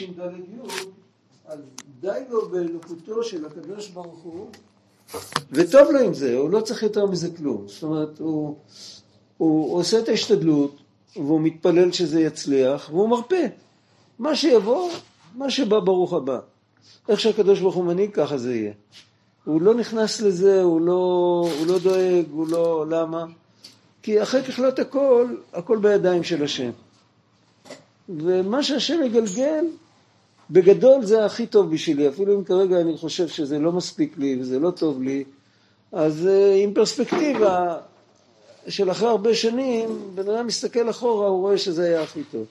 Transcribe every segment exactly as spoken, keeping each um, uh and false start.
שין ד' י', אז די לו באלוקותו של הקדוש ברוך הוא, וטוב לו עם זה, הוא לא צריך יותר מזה כלום. זאת אומרת, הוא, הוא עושה את ההשתדלות, והוא מתפלל שזה יצליח, והוא מרפא. מה שיבוא, מה שבא ברוך הבא. איך שהקדוש ברוך הוא מנהיג, ככה זה יהיה. הוא לא נכנס לזה, הוא לא, הוא לא דואג, הוא לא, למה? כי אחרי ככלות הכל, הכל בידיים של השם. ומה שהשם יגלגל, בגדול זה הכי טוב בשבילי. אפילו אם כרגע אני חושב שזה לא מספיק לי וזה לא טוב לי, אז עם פרספקטיבה של אחרי הרבה שנים, בן אדם מסתכל אחורה, הוא רואה שזה היה הכי טוב.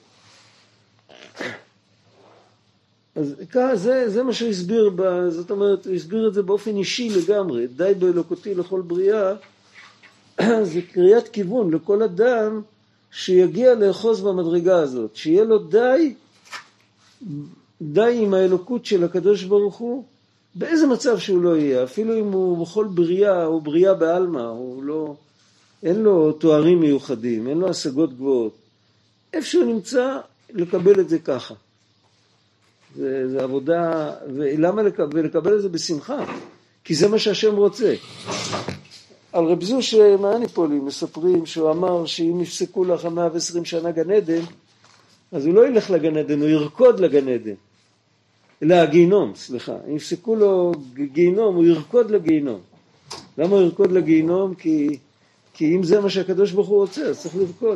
אז זה, זה מה שהוא הסביר, זאת אומרת, הוא הסביר את זה באופן אישי לגמרי. די באלוקותי לכל בריאה, זה קריאת כיוון לכל אדם שיגיע לאחוז במדרגה הזאת, שיהיה לו די, די עם האלוקות של הקדוש ברוך הוא, באיזה מצב שהוא לא יהיה, אפילו אם הוא בכל בריאה, הוא בריאה בעלמא, הוא לא, אין לו תוארים מיוחדים, אין לו השגות גבוהות. איפה שהוא נמצא, לקבל את זה ככה. זה, זה עבודה, ולמה לקבל, לקבל את זה בשמחה? כי זה מה שהשם רוצה. על רב זוש מהניפולי מספרים שהוא אמר שאם יפסקו לך מאה ועשרים שנה גן עדן, אז הוא לא ילך לגן עדן, הוא ירקוד לגן עדן. לגיהינום, סליחה. אם יפסקו לו גיהינום, הוא ירקוד לגיהינום. למה הוא ירקוד לגיהינום? כי, כי אם זה מה שהקדוש ברוך הוא רוצה, אז צריך לרקוד.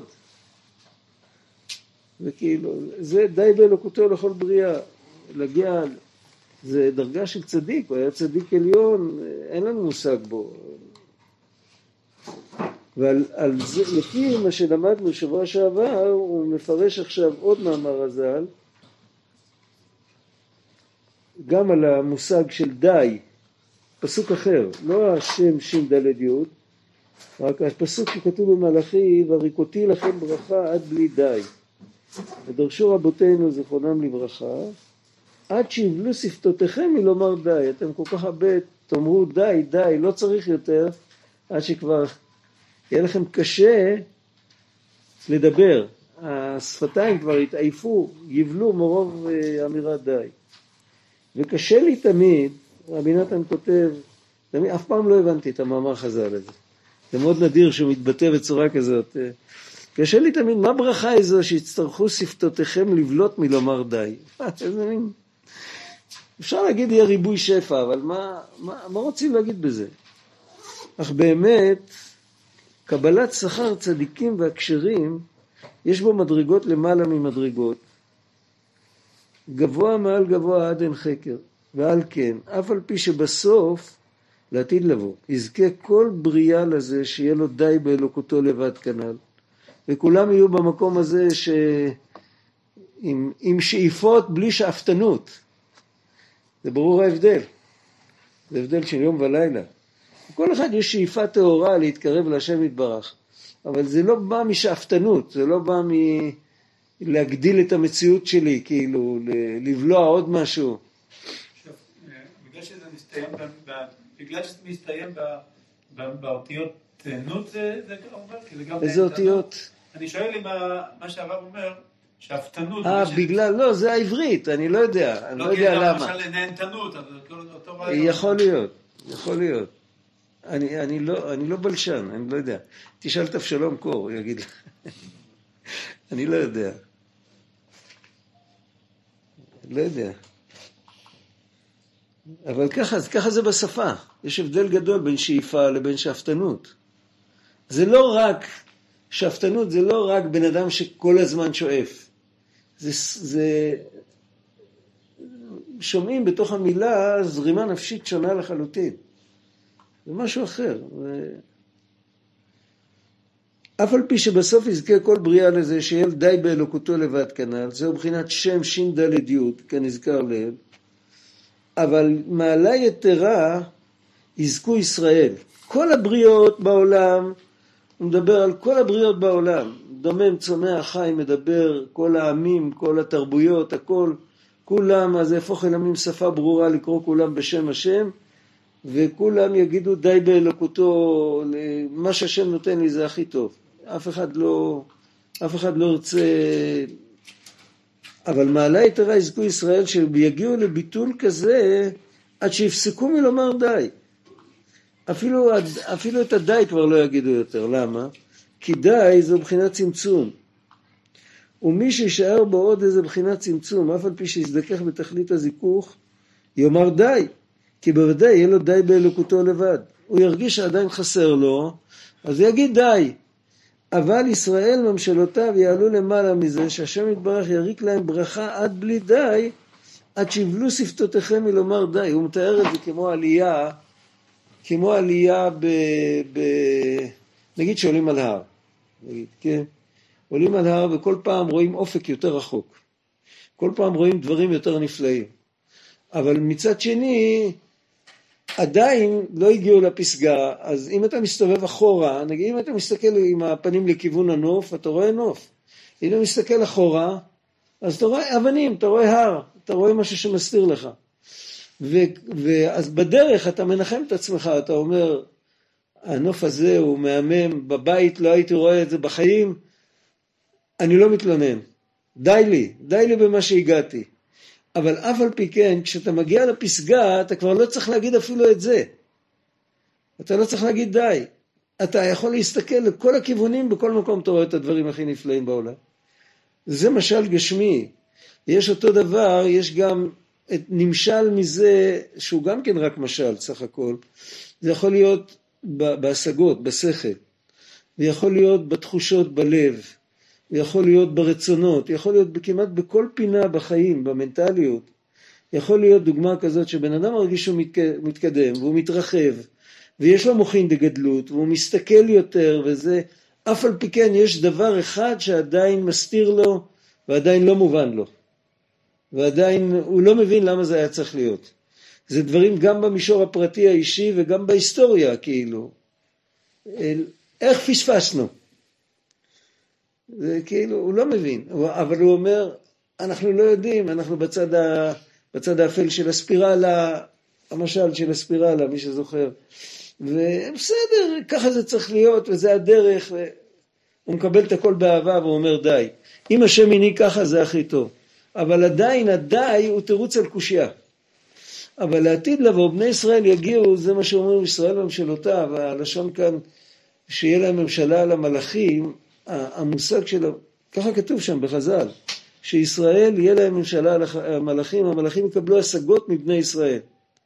וכאילו, זה די באלוקותו לכל בריאה. להגיע, זה דרגה של צדיק, הוא היה צדיק עליון, אין לנו מושג בו. ועל על זה, לפי מה שלמדנו שבוע שעבר, הוא מפרש עכשיו עוד מאמר הזל, גם על המושג של די, פסוק אחר, לא השם שין ד' י', רק הפסוק שכתוב במלאכי, והריקותי לכם ברכה עד בלי די. ודרשו רבותינו זכרונם לברכה, עד שיבלו שפתותיכם מלומר די. אתם כל כך הרבה תאמרו די, די, לא צריך יותר, עד שכבר יהיה לכם קשה לדבר. השפתיים כבר התעייפו, יבלו מרוב אמירת די. וקשה לי תמיד, רבי נתן כותב, תמיד, אף פעם לא הבנתי את המאמר חז"ל הזה. זה מאוד נדיר שהוא מתבטא בצורה כזאת. קשה לי תמיד, מה ברכה איזו שיצטרכו שפתותיכם לבלוט מלומר די? איזה מין... אפשר להגיד יהיה ריבוי שפע, אבל מה, מה, מה רוצים להגיד בזה? אך באמת, קבלת שכר צדיקים והקשרים, יש בו מדרגות למעלה ממדרגות. גבוה מעל גבוה עד אין חקר, ועל כן, אף על פי שבסוף, לעתיד לבוא, יזכה כל בריאה לזה שיהיה לו די באלוקותו לבד כנל. וכולם יהיו במקום הזה ש... עם, עם שאיפות בלי שאפתנות. זה ברור ההבדל. זה הבדל של יום ולילה. כל אחד יש שאיפה טהורה להתקרב להשם יתברך. אבל זה לא בא משאפתנות, זה לא בא מ... להגדיל את המציאות שלי, כאילו, לבלוע עוד משהו. בגלל שזה מסתיים, בגלל שזה מסתיים באותיות תהנות, זה גם... איזה אותיות? אני שואל אם מה שהרב אומר, שאפתנות... אה, בגלל, לא, זה העברית, אני לא יודע, אני לא יודע למה. למשל נהנתנות, אבל אותו רעיון. יכול להיות, יכול להיות. אני, אני לא, אני לא בלשן, אני לא יודע. תשאל את אבשלום קור, הוא יגיד לך. אני לא יודע. לא יודע. אבל ככה, ככה זה בשפה. יש הבדל גדול בין שאיפה לבין שאפתנות. זה לא רק, שאפתנות זה לא רק בן אדם שכל הזמן שואף. זה, זה, שומעים בתוך המילה זרימה נפשית שונה לחלוטין. זה משהו אחר. זה... אף על פי שבסוף יזכה כל בריאה לזה שיהיה די באלוקותו לבד כנל, זהו בחינת שם שין ד' י' כנזכר לב, אבל מעלה יתרה יזכו ישראל. כל הבריאות בעולם, הוא מדבר על כל הבריאות בעולם, דומם, צומח, חי, מדבר, כל העמים, כל התרבויות, הכל, כולם, אז יהפוך אל עמים שפה ברורה לקרוא כולם בשם השם, וכולם יגידו די באלוקותו, מה שהשם נותן לי זה הכי טוב. אף אחד לא, אף אחד לא ירצה אבל מעלה יתרה יזכו ישראל שיגיעו לביטול כזה עד שיפסקו מלומר די. אפילו, אפילו את הדי כבר לא יגידו יותר. למה? כי די זו בחינת צמצום. ומי שישאר בו עוד איזה בחינת צמצום, אף על פי שיזדכך בתכלית הזיכוך, יאמר די. כי בוודאי יהיה לו די באלוקותו לבד. הוא ירגיש שעדיין חסר לו, אז יגיד די. אבל ישראל ממשלותיו יעלו למעלה מזה, שהשם יתברך יריק להם ברכה עד בלי די, עד שיבלו שפתותיכם מלומר די. הוא מתאר את זה כמו עלייה, כמו עלייה ב... ב... נגיד שעולים על הר. נגיד, כן? עולים על הר וכל פעם רואים אופק יותר רחוק. כל פעם רואים דברים יותר נפלאים. אבל מצד שני, עדיין לא הגיעו לפסגה, אז אם אתה מסתובב אחורה, נגיד אם אתה מסתכל עם הפנים לכיוון הנוף, אתה רואה נוף. אם אתה מסתכל אחורה, אז אתה רואה אבנים, אתה רואה הר, אתה רואה משהו שמסתיר לך. ו, ואז בדרך אתה מנחם את עצמך, אתה אומר, הנוף הזה הוא מהמם, בבית לא הייתי רואה את זה בחיים, אני לא מתלונן. די לי, די לי במה שהגעתי. אבל אף על פי כן, כשאתה מגיע לפסגה, אתה כבר לא צריך להגיד אפילו את זה. אתה לא צריך להגיד די. אתה יכול להסתכל לכל הכיוונים, בכל מקום אתה רואה את הדברים הכי נפלאים בעולם. זה משל גשמי. יש אותו דבר, יש גם את נמשל מזה, שהוא גם כן רק משל, סך הכל. זה יכול להיות בהשגות, בשכל. זה יכול להיות בתחושות בלב. יכול להיות ברצונות, יכול להיות כמעט בכל פינה בחיים, במנטליות. יכול להיות דוגמה כזאת שבן אדם מרגיש שהוא מתקדם והוא מתרחב, ויש לו מוחין דגדלות, והוא מסתכל יותר, וזה, אף על פי כן יש דבר אחד שעדיין מסתיר לו, ועדיין לא מובן לו. ועדיין הוא לא מבין למה זה היה צריך להיות. זה דברים גם במישור הפרטי האישי וגם בהיסטוריה, כאילו. איך פספסנו? זה כאילו, הוא לא מבין, אבל הוא אומר, אנחנו לא יודעים, אנחנו בצד, ה, בצד האפל של הספירלה, המשל של הספירלה, מי שזוכר. ובסדר, ככה זה צריך להיות, וזה הדרך, הוא מקבל את הכל באהבה, והוא אומר די. אם השם מיני ככה, זה הכי טוב. אבל עדיין, הדי הוא תירוץ על קושיה. אבל לעתיד לבוא, בני ישראל יגיעו, זה מה שאומרים ישראל ממשלותיו, הלשון כאן, שיהיה להם ממשלה על המלאכים, המושג של, ככה כתוב שם בחז"ל, שישראל יהיה להם ממשלה על המלאכים, המלאכים יקבלו השגות מבני ישראל.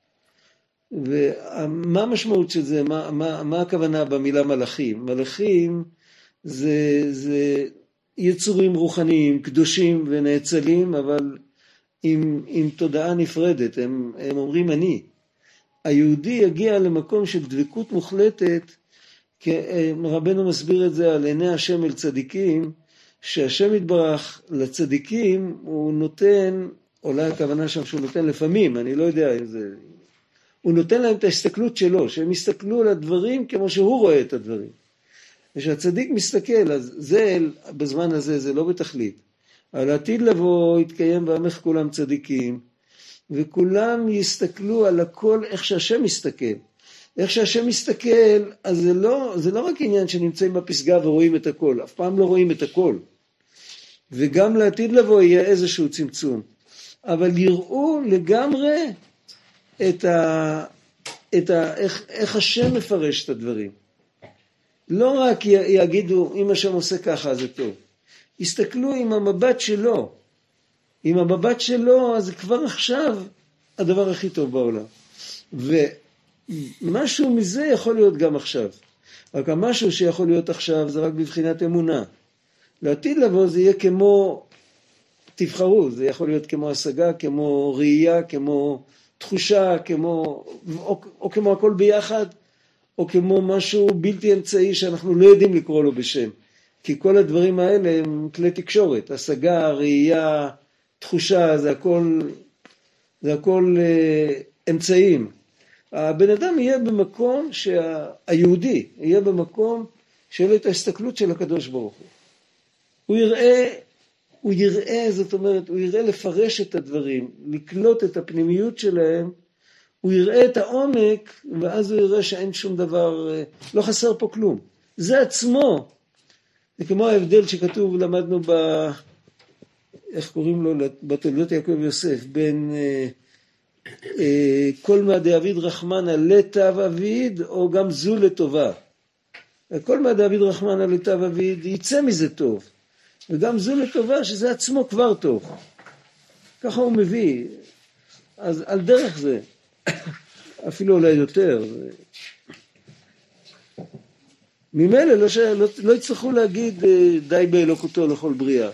ומה המשמעות של זה? מה, מה, מה הכוונה במילה מלאכים? מלאכים זה, זה יצורים רוחניים, קדושים ונאצלים, אבל עם, עם תודעה נפרדת, הם, הם אומרים אני. היהודי יגיע למקום של דבקות מוחלטת, כי רבנו מסביר את זה על עיני השם אל צדיקים, שהשם יתברך לצדיקים הוא נותן, אולי הכוונה שם שהוא נותן לפעמים, אני לא יודע אם זה, הוא נותן להם את ההסתכלות שלו, שהם יסתכלו על הדברים כמו שהוא רואה את הדברים. ושהצדיק מסתכל, אז זה בזמן הזה זה לא בתכלית. על העתיד לבוא יתקיים בעמך כולם צדיקים, וכולם יסתכלו על הכל איך שהשם מסתכל. איך שהשם מסתכל, אז זה לא, זה לא רק עניין שנמצאים בפסגה ורואים את הכל, אף פעם לא רואים את הכל. וגם לעתיד לבוא יהיה איזשהו צמצום. אבל יראו לגמרי את ה, את ה, איך, איך השם מפרש את הדברים. לא רק יגידו, אם השם עושה ככה, זה טוב. יסתכלו עם המבט שלו. עם המבט שלו, אז זה כבר עכשיו הדבר הכי טוב בעולם. ומשהו מזה יכול להיות גם עכשיו. רק המשהו שיכול להיות עכשיו, זה רק בבחינת אמונה. לעתיד לבוא זה יהיה כמו, תבחרו, זה יכול להיות כמו השגה, כמו ראייה, כמו תחושה, כמו, או, או כמו הכל ביחד, או כמו משהו בלתי אמצעי שאנחנו לא יודעים לקרוא לו בשם. כי כל הדברים האלה הם כלי תקשורת, השגה, ראייה, תחושה, זה הכל, זה הכל אה, אמצעים. הבן אדם יהיה במקום, שהיהודי יהיה במקום שיהיה לו את ההסתכלות של הקדוש ברוך הוא. הוא יראה, הוא יראה, זאת אומרת, הוא יראה לפרש את הדברים, לקלוט את הפנימיות שלהם, הוא יראה את העומק, ואז הוא יראה שאין שום דבר, לא חסר פה כלום. זה עצמו, זה כמו ההבדל שכתוב, למדנו ב, איך קוראים לו, בתולדות יעקב יוסף, בין אה, אה, כל מה דאביד רחמנא לטב אביד, או גם זו לטובה. כל מה דאביד רחמנא לטב אביד, יצא מזה טוב. וגם זו לטובה, שזה עצמו כבר טוב. ככה הוא מביא. אז על דרך זה, אפילו אולי יותר, ממילא לא, לא, לא יצטרכו להגיד די באלוקותו לכל בריאה.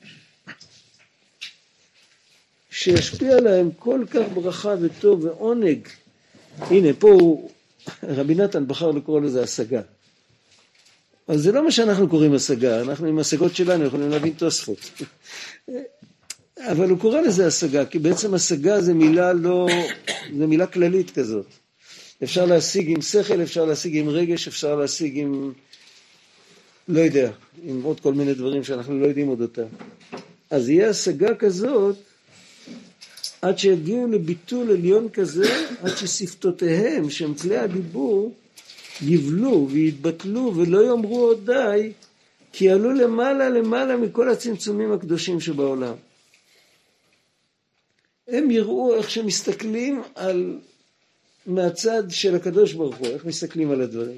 שישפיע להם כל כך ברכה וטוב ועונג. הנה, פה הוא, רבי נתן בחר לקרוא לזה השגה. אז זה לא מה שאנחנו קוראים השגה, אנחנו עם השגות שלנו יכולים להבין תוספות. אבל הוא קורא לזה השגה, כי בעצם השגה זה מילה לא, זה מילה כללית כזאת. אפשר להשיג עם שכל, אפשר להשיג עם רגש, אפשר להשיג עם, לא יודע, עם עוד כל מיני דברים שאנחנו לא יודעים עוד אותם. אז יהיה השגה כזאת, עד שיגיעו לביטול עליון כזה, עד ששפתותיהם, שהם כלי הדיבור, יבלו ויתבטלו ולא יאמרו עוד די, כי עלו למעלה למעלה מכל הצמצומים הקדושים שבעולם. הם יראו איך שמסתכלים על, מהצד של הקדוש ברוך הוא, איך מסתכלים על הדברים.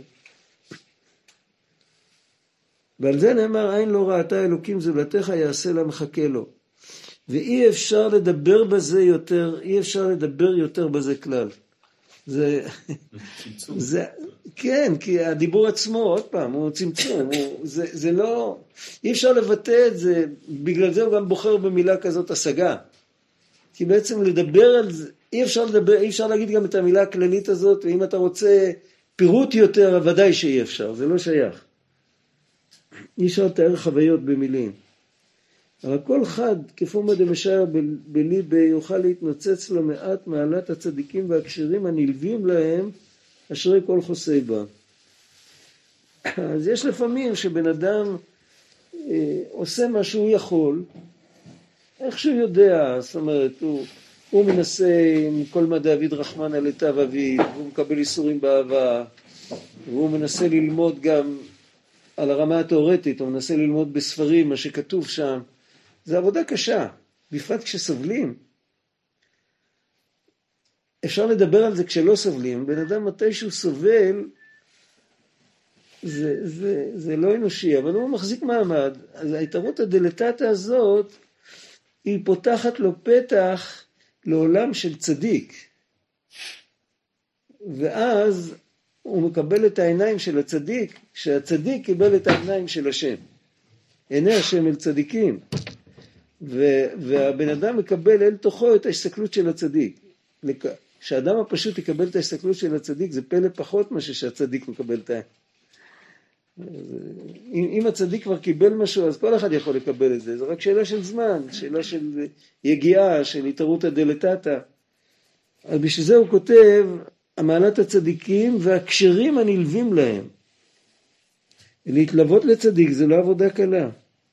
ועל זה נאמר, עין לא ראתה אלוקים זולתך יעשה לה מחכה לו. ואי אפשר לדבר בזה יותר, אי אפשר לדבר יותר בזה כלל. זה, זה, כן, כי הדיבור עצמו, עוד פעם, הוא צמצום, הוא, זה, זה לא, אי אפשר לבטא את זה, בגלל זה הוא גם בוחר במילה כזאת השגה. כי בעצם לדבר על זה, אי אפשר לדבר, אי אפשר להגיד גם את המילה הכללית הזאת, ואם אתה רוצה פירוט יותר, ודאי שאי אפשר, זה לא שייך. אי אפשר לתאר חוויות במילים. אבל כל חד, כפורמא דמשאייר בליבו, יוכל להתנוצץ לו מעט מעלת הצדיקים והקשרים הנלווים להם, אשרי כל חוסי בה. אז יש לפעמים שבן אדם אה, עושה מה שהוא יכול, איך שהוא יודע, זאת אומרת, הוא, הוא מנסה עם כל מה דאביד רחמנא לטב אביד, והוא מקבל איסורים באהבה, והוא מנסה ללמוד גם על הרמה התיאורטית, הוא מנסה ללמוד בספרים, מה שכתוב שם, זה עבודה קשה, בפרט כשסובלים. אפשר לדבר על זה כשלא סובלים, בן אדם מתי שהוא סובל, זה, זה, זה לא אנושי, אבל הוא מחזיק מעמד. אז ההתערות הדלתתא הזאת, היא פותחת לו פתח לעולם של צדיק. ואז הוא מקבל את העיניים של הצדיק, שהצדיק קיבל את העיניים של השם. עיני השם אל צדיקים. והבן אדם מקבל אל תוכו את ההסתכלות של הצדיק. כשאדם הפשוט יקבל את ההסתכלות של הצדיק, זה פלא פחות מה שהצדיק מקבל את ה... אם, אם הצדיק כבר קיבל משהו, אז כל אחד יכול לקבל את זה. זה רק שאלה של זמן, שאלה של יגיעה, של התערותא דלתתא. אז בשביל זה הוא כותב, המעלת הצדיקים והקשרים הנלווים להם. להתלוות לצדיק זה לא עבודה קלה.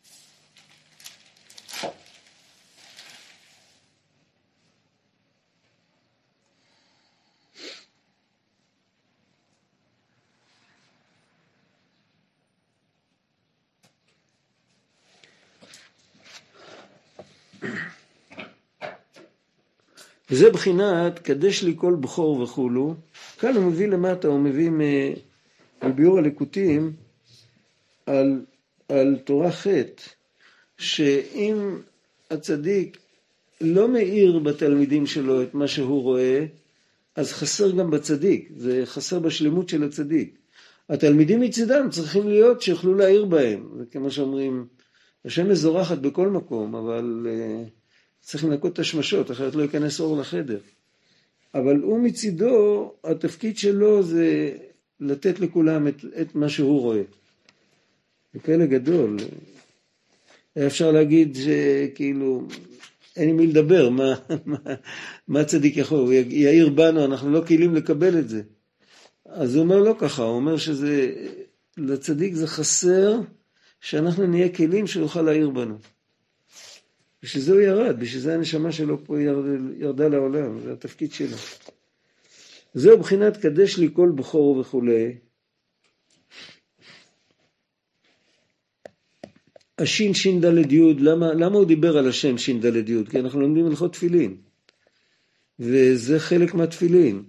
וזה בחינת קדש לי כל בכור וכולו. כאן הוא מביא למטה, הוא מביא מביאור הליקוטים על, על תורה חטא, שאם הצדיק לא מאיר בתלמידים שלו את מה שהוא רואה, אז חסר גם בצדיק, זה חסר בשלמות של הצדיק. התלמידים מצדם צריכים להיות שיוכלו להאיר בהם, וכמו שאומרים, השם מזורחת בכל מקום, אבל צריך לנקות את השמשות, אחרת לא ייכנס אור לחדר. אבל הוא מצידו, התפקיד שלו זה לתת לכולם את, את מה שהוא רואה. זה פלא גדול. אפשר להגיד שכאילו, אין עם מי לדבר, מה, מה, מה צדיק יכול? הוא יאיר בנו, אנחנו לא כלים לקבל את זה. אז הוא אומר לא ככה, הוא אומר שזה, לצדיק זה חסר, שאנחנו נהיה כלים שיוכל להאיר בנו. בשביל זה הוא ירד, בשביל זה הנשמה שלו פה ירד, ירדה לעולם, זה התפקיד שלו. זהו בחינת קדש לי כל בכור וכו'. השין שין דלת יוד, למה, למה הוא דיבר על השם שין דלת יוד? כי אנחנו לומדים הלכות תפילין, וזה חלק מהתפילין.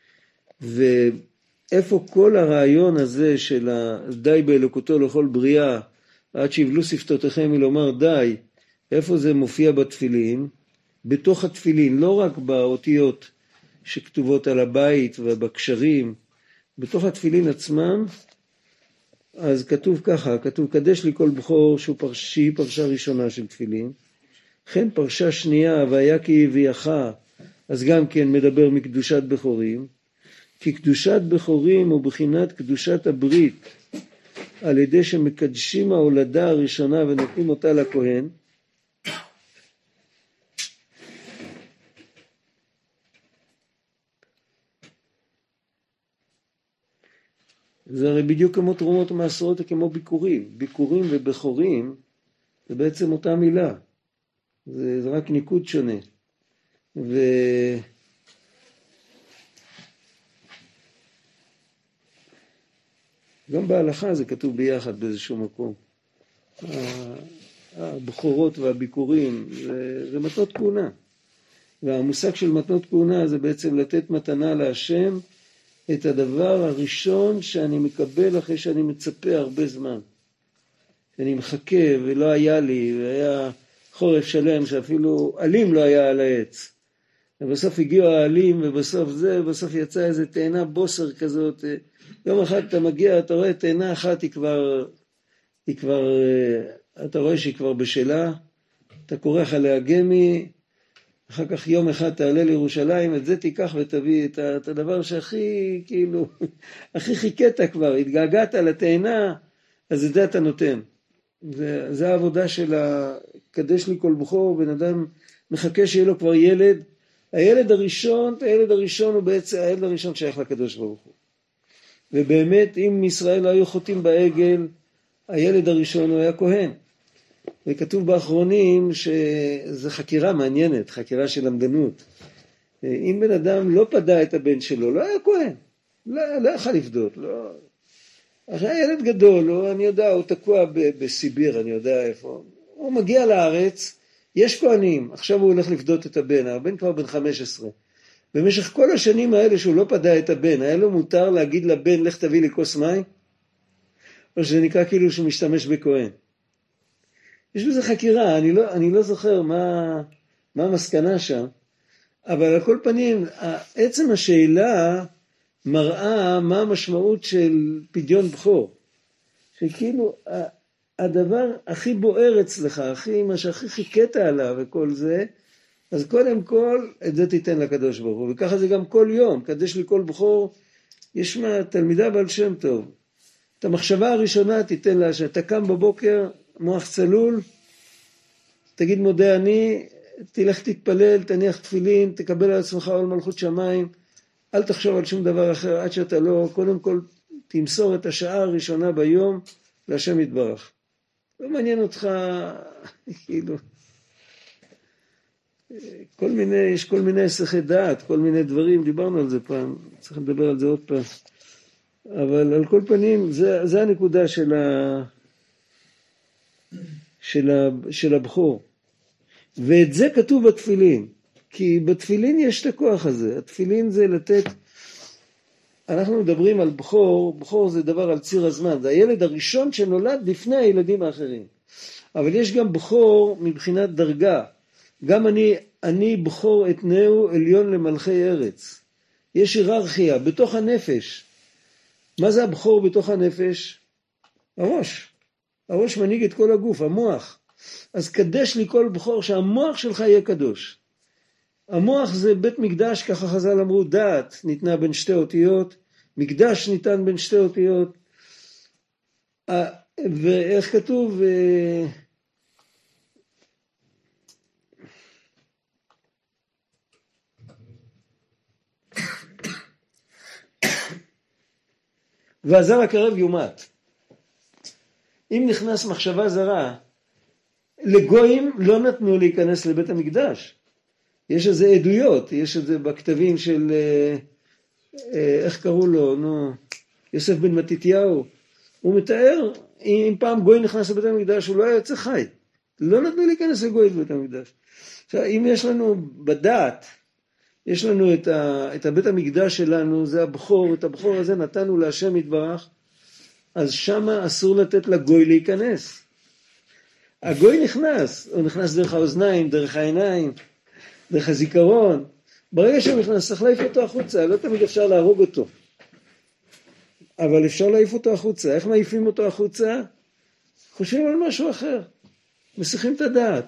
ואיפה כל הרעיון הזה של די באלוקותו לכל בריאה, עד שיבלו שפתותיכם מלומר די, איפה זה מופיע בתפילין? בתוך התפילין, לא רק באותיות שכתובות על הבית ובקשרים, בתוך התפילין עצמם, אז כתוב ככה, כתוב קדש לי כל בכור שהוא פרשי, פרשה ראשונה של תפילין, כן פרשה שנייה והיה כי הביאך, אז גם כן מדבר מקדושת בכורים, כי קדושת בכורים הוא בחינת קדושת הברית, על ידי שמקדשים ההולדה הראשונה ונותנים אותה לכהן, זה הרי בדיוק כמו תרומות ומעשרות וכמו ביקורים. ביקורים ובכורים זה בעצם אותה מילה. זה, זה רק ניקוד שונה. ו... גם בהלכה זה כתוב ביחד באיזשהו מקום. הבכורות והביקורים זה, זה מתנות כהונה. והמושג של מתנות כהונה זה בעצם לתת מתנה להשם, את הדבר הראשון שאני מקבל אחרי שאני מצפה הרבה זמן. אני מחכה ולא היה לי, והיה חורף שלם שאפילו עלים לא היה על העץ. ובסוף הגיעו העלים ובסוף זה, ובסוף יצא איזה תאנה בוסר כזאת. יום אחד אתה מגיע, אתה רואה תאנה אחת היא כבר, היא כבר, אתה רואה שהיא כבר בשלה, אתה קורח עליה גמי, אחר כך יום אחד תעלה לירושלים, את זה תיקח ותביא את, את הדבר שהכי, כאילו, הכי חיכית כבר, התגעגעת לתאנה, אז את זה אתה נותן. זה, זה העבודה של הקדש לי כל בכור, בן אדם מחכה שיהיה לו כבר ילד. הילד הראשון, הילד הראשון הוא בעצם, הילד הראשון שייך לקדוש ברוך הוא. ובאמת, אם ישראל היו חוטאים בעגל, הילד הראשון הוא היה כהן. וכתוב באחרונים שזה חקירה מעניינת, חקירה של למדנות. אם בן אדם לא פדע את הבן שלו, לא היה כהן, לא, לא יכול לפדות. לא. אחרי הילד גדול, לא, אני יודע, הוא תקוע ב- בסיביר, אני יודע איפה. הוא מגיע לארץ, יש כהנים, עכשיו הוא הולך לפדות את הבן, הבן כבר בן חמש עשרה. במשך כל השנים האלה שהוא לא פדע את הבן, היה לו מותר להגיד לבן, לך תביא לי כוס מים? או שזה נקרא כאילו שהוא משתמש בכהן. יש בזה חקירה, אני לא, אני לא זוכר מה, מה המסקנה שם, אבל על כל פנים, עצם השאלה מראה מה המשמעות של פדיון בכור. שכאילו, הדבר הכי בוער אצלך, הכי, מה שהכי חיכית עליו וכל זה, אז קודם כל, את זה תיתן לקדוש ברוך הוא. וככה זה גם כל יום, קדש לי כל בכור, יש מה, תלמידה בעל שם טוב. את המחשבה הראשונה תיתן לה, שאתה קם בבוקר, מוח צלול, תגיד מודה אני, תלך תתפלל, תניח תפילין, תקבל על עצמך עול מלכות שמיים, אל תחשוב על שום דבר אחר, עד שאתה לא, קודם כל תמסור את השעה הראשונה ביום להשם יתברך. לא מעניין אותך, כאילו, כל מיני, יש כל מיני הסחי דעת, כל מיני דברים, דיברנו על זה פעם, צריך לדבר על זה עוד פעם. אבל על כל פנים, זה, זה הנקודה של ה... של, ה, של הבכור. ואת זה כתוב בתפילין. כי בתפילין יש את הכוח הזה. התפילין זה לתת, אנחנו מדברים על בכור, בכור זה דבר על ציר הזמן. זה הילד הראשון שנולד לפני הילדים האחרים. אבל יש גם בכור מבחינת דרגה. גם אני, אני בכור אתנאו עליון למלכי ארץ. יש היררכיה בתוך הנפש. מה זה הבכור בתוך הנפש? הראש. הראש מנהיג את כל הגוף, המוח. אז קדש לי כל בכור שהמוח שלך יהיה קדוש. המוח זה בית מקדש, ככה חז"ל אמרו, דעת ניתנה בין שתי אותיות, מקדש ניתן בין שתי אותיות. ואיך כתוב? והזר הקרב יומת. אם נכנס מחשבה זרה, לגויים לא נתנו להיכנס לבית המקדש. יש איזה עדויות, יש איזה בכתבים של, איך קראו לו, נו, יוסף בן מתתיהו, הוא מתאר, אם פעם גוי נכנס לבית המקדש, הוא לא היה יוצא חי. לא נתנו להיכנס לגוי לבית המקדש. עכשיו, אם יש לנו בדעת, יש לנו את, ה, את הבית המקדש שלנו, זה הבכור, את הבכור הזה נתנו להשם יתברך, אז שמה אסור לתת לגוי להיכנס. הגוי נכנס, הוא נכנס דרך האוזניים, דרך העיניים, דרך הזיכרון. ברגע שהוא נכנס, צריך להעיף אותו החוצה, לא תמיד אפשר להרוג אותו. אבל אפשר להעיף אותו החוצה. איך מעיפים אותו החוצה? חושבים על משהו אחר. מסיחים את הדעת.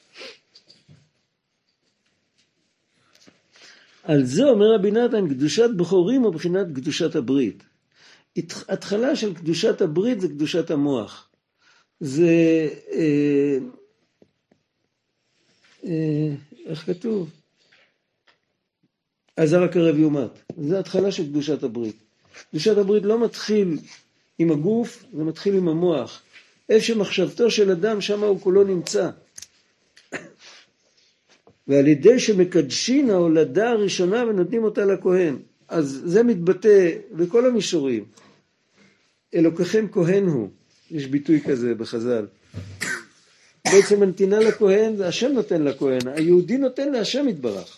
על זה אומר רבי נתן, קדושת בכורים או בחינת קדושת הברית. התחלה של קדושת הברית זה קדושת המוח. זה, אה, אה, איך כתוב? עזר הקרב יומת. זה התחלה של קדושת הברית. קדושת הברית לא מתחיל עם הגוף, זה מתחיל עם המוח. איפה שמחשבתו של אדם, שם הוא כולו נמצא. ועל ידי שמקדשין ההולדה הראשונה ונותנים אותה לכהן. אז זה מתבטא בכל המישורים. אלוקיכם כהן הוא. יש ביטוי כזה בחז"ל. בעצם הנתינה לכהן, זה השם נותן לכהן. היהודי נותן להשם יתברך.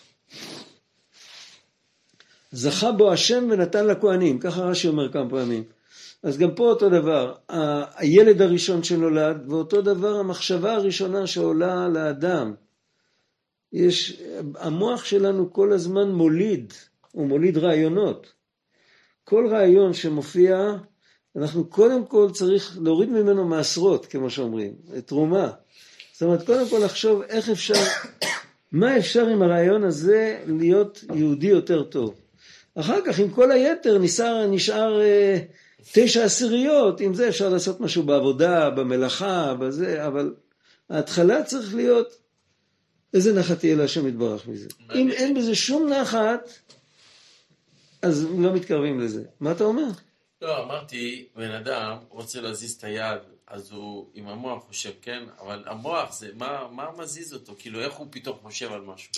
זכה בו השם ונתן לכהנים. ככה רש"י אומר כמה פעמים. אז גם פה אותו דבר. הילד הראשון שנולד, ואותו דבר המחשבה הראשונה שעולה לאדם. יש, המוח שלנו כל הזמן מוליד, הוא מוליד רעיונות. כל רעיון שמופיע, אנחנו קודם כל צריך להוריד ממנו מעשרות, כמו שאומרים, תרומה. זאת אומרת, קודם כל לחשוב איך אפשר, מה אפשר עם הרעיון הזה להיות יהודי יותר טוב. אחר כך, עם כל היתר, נשאר, נשאר אה, תשע עשיריות, עם זה אפשר לעשות משהו בעבודה, במלאכה, בזה, אבל ההתחלה צריך להיות, איזה נחת תהיה להשם יתברך מזה. אם אין בזה שום נחת, אז לא מתקרבים לזה. מה אתה אומר? לא, אמרתי, בן אדם רוצה להזיז את היד, אז הוא עם המוח חושב, כן? אבל המוח זה, מה, מה מזיז אותו? כאילו, איך הוא פתאום חושב על משהו?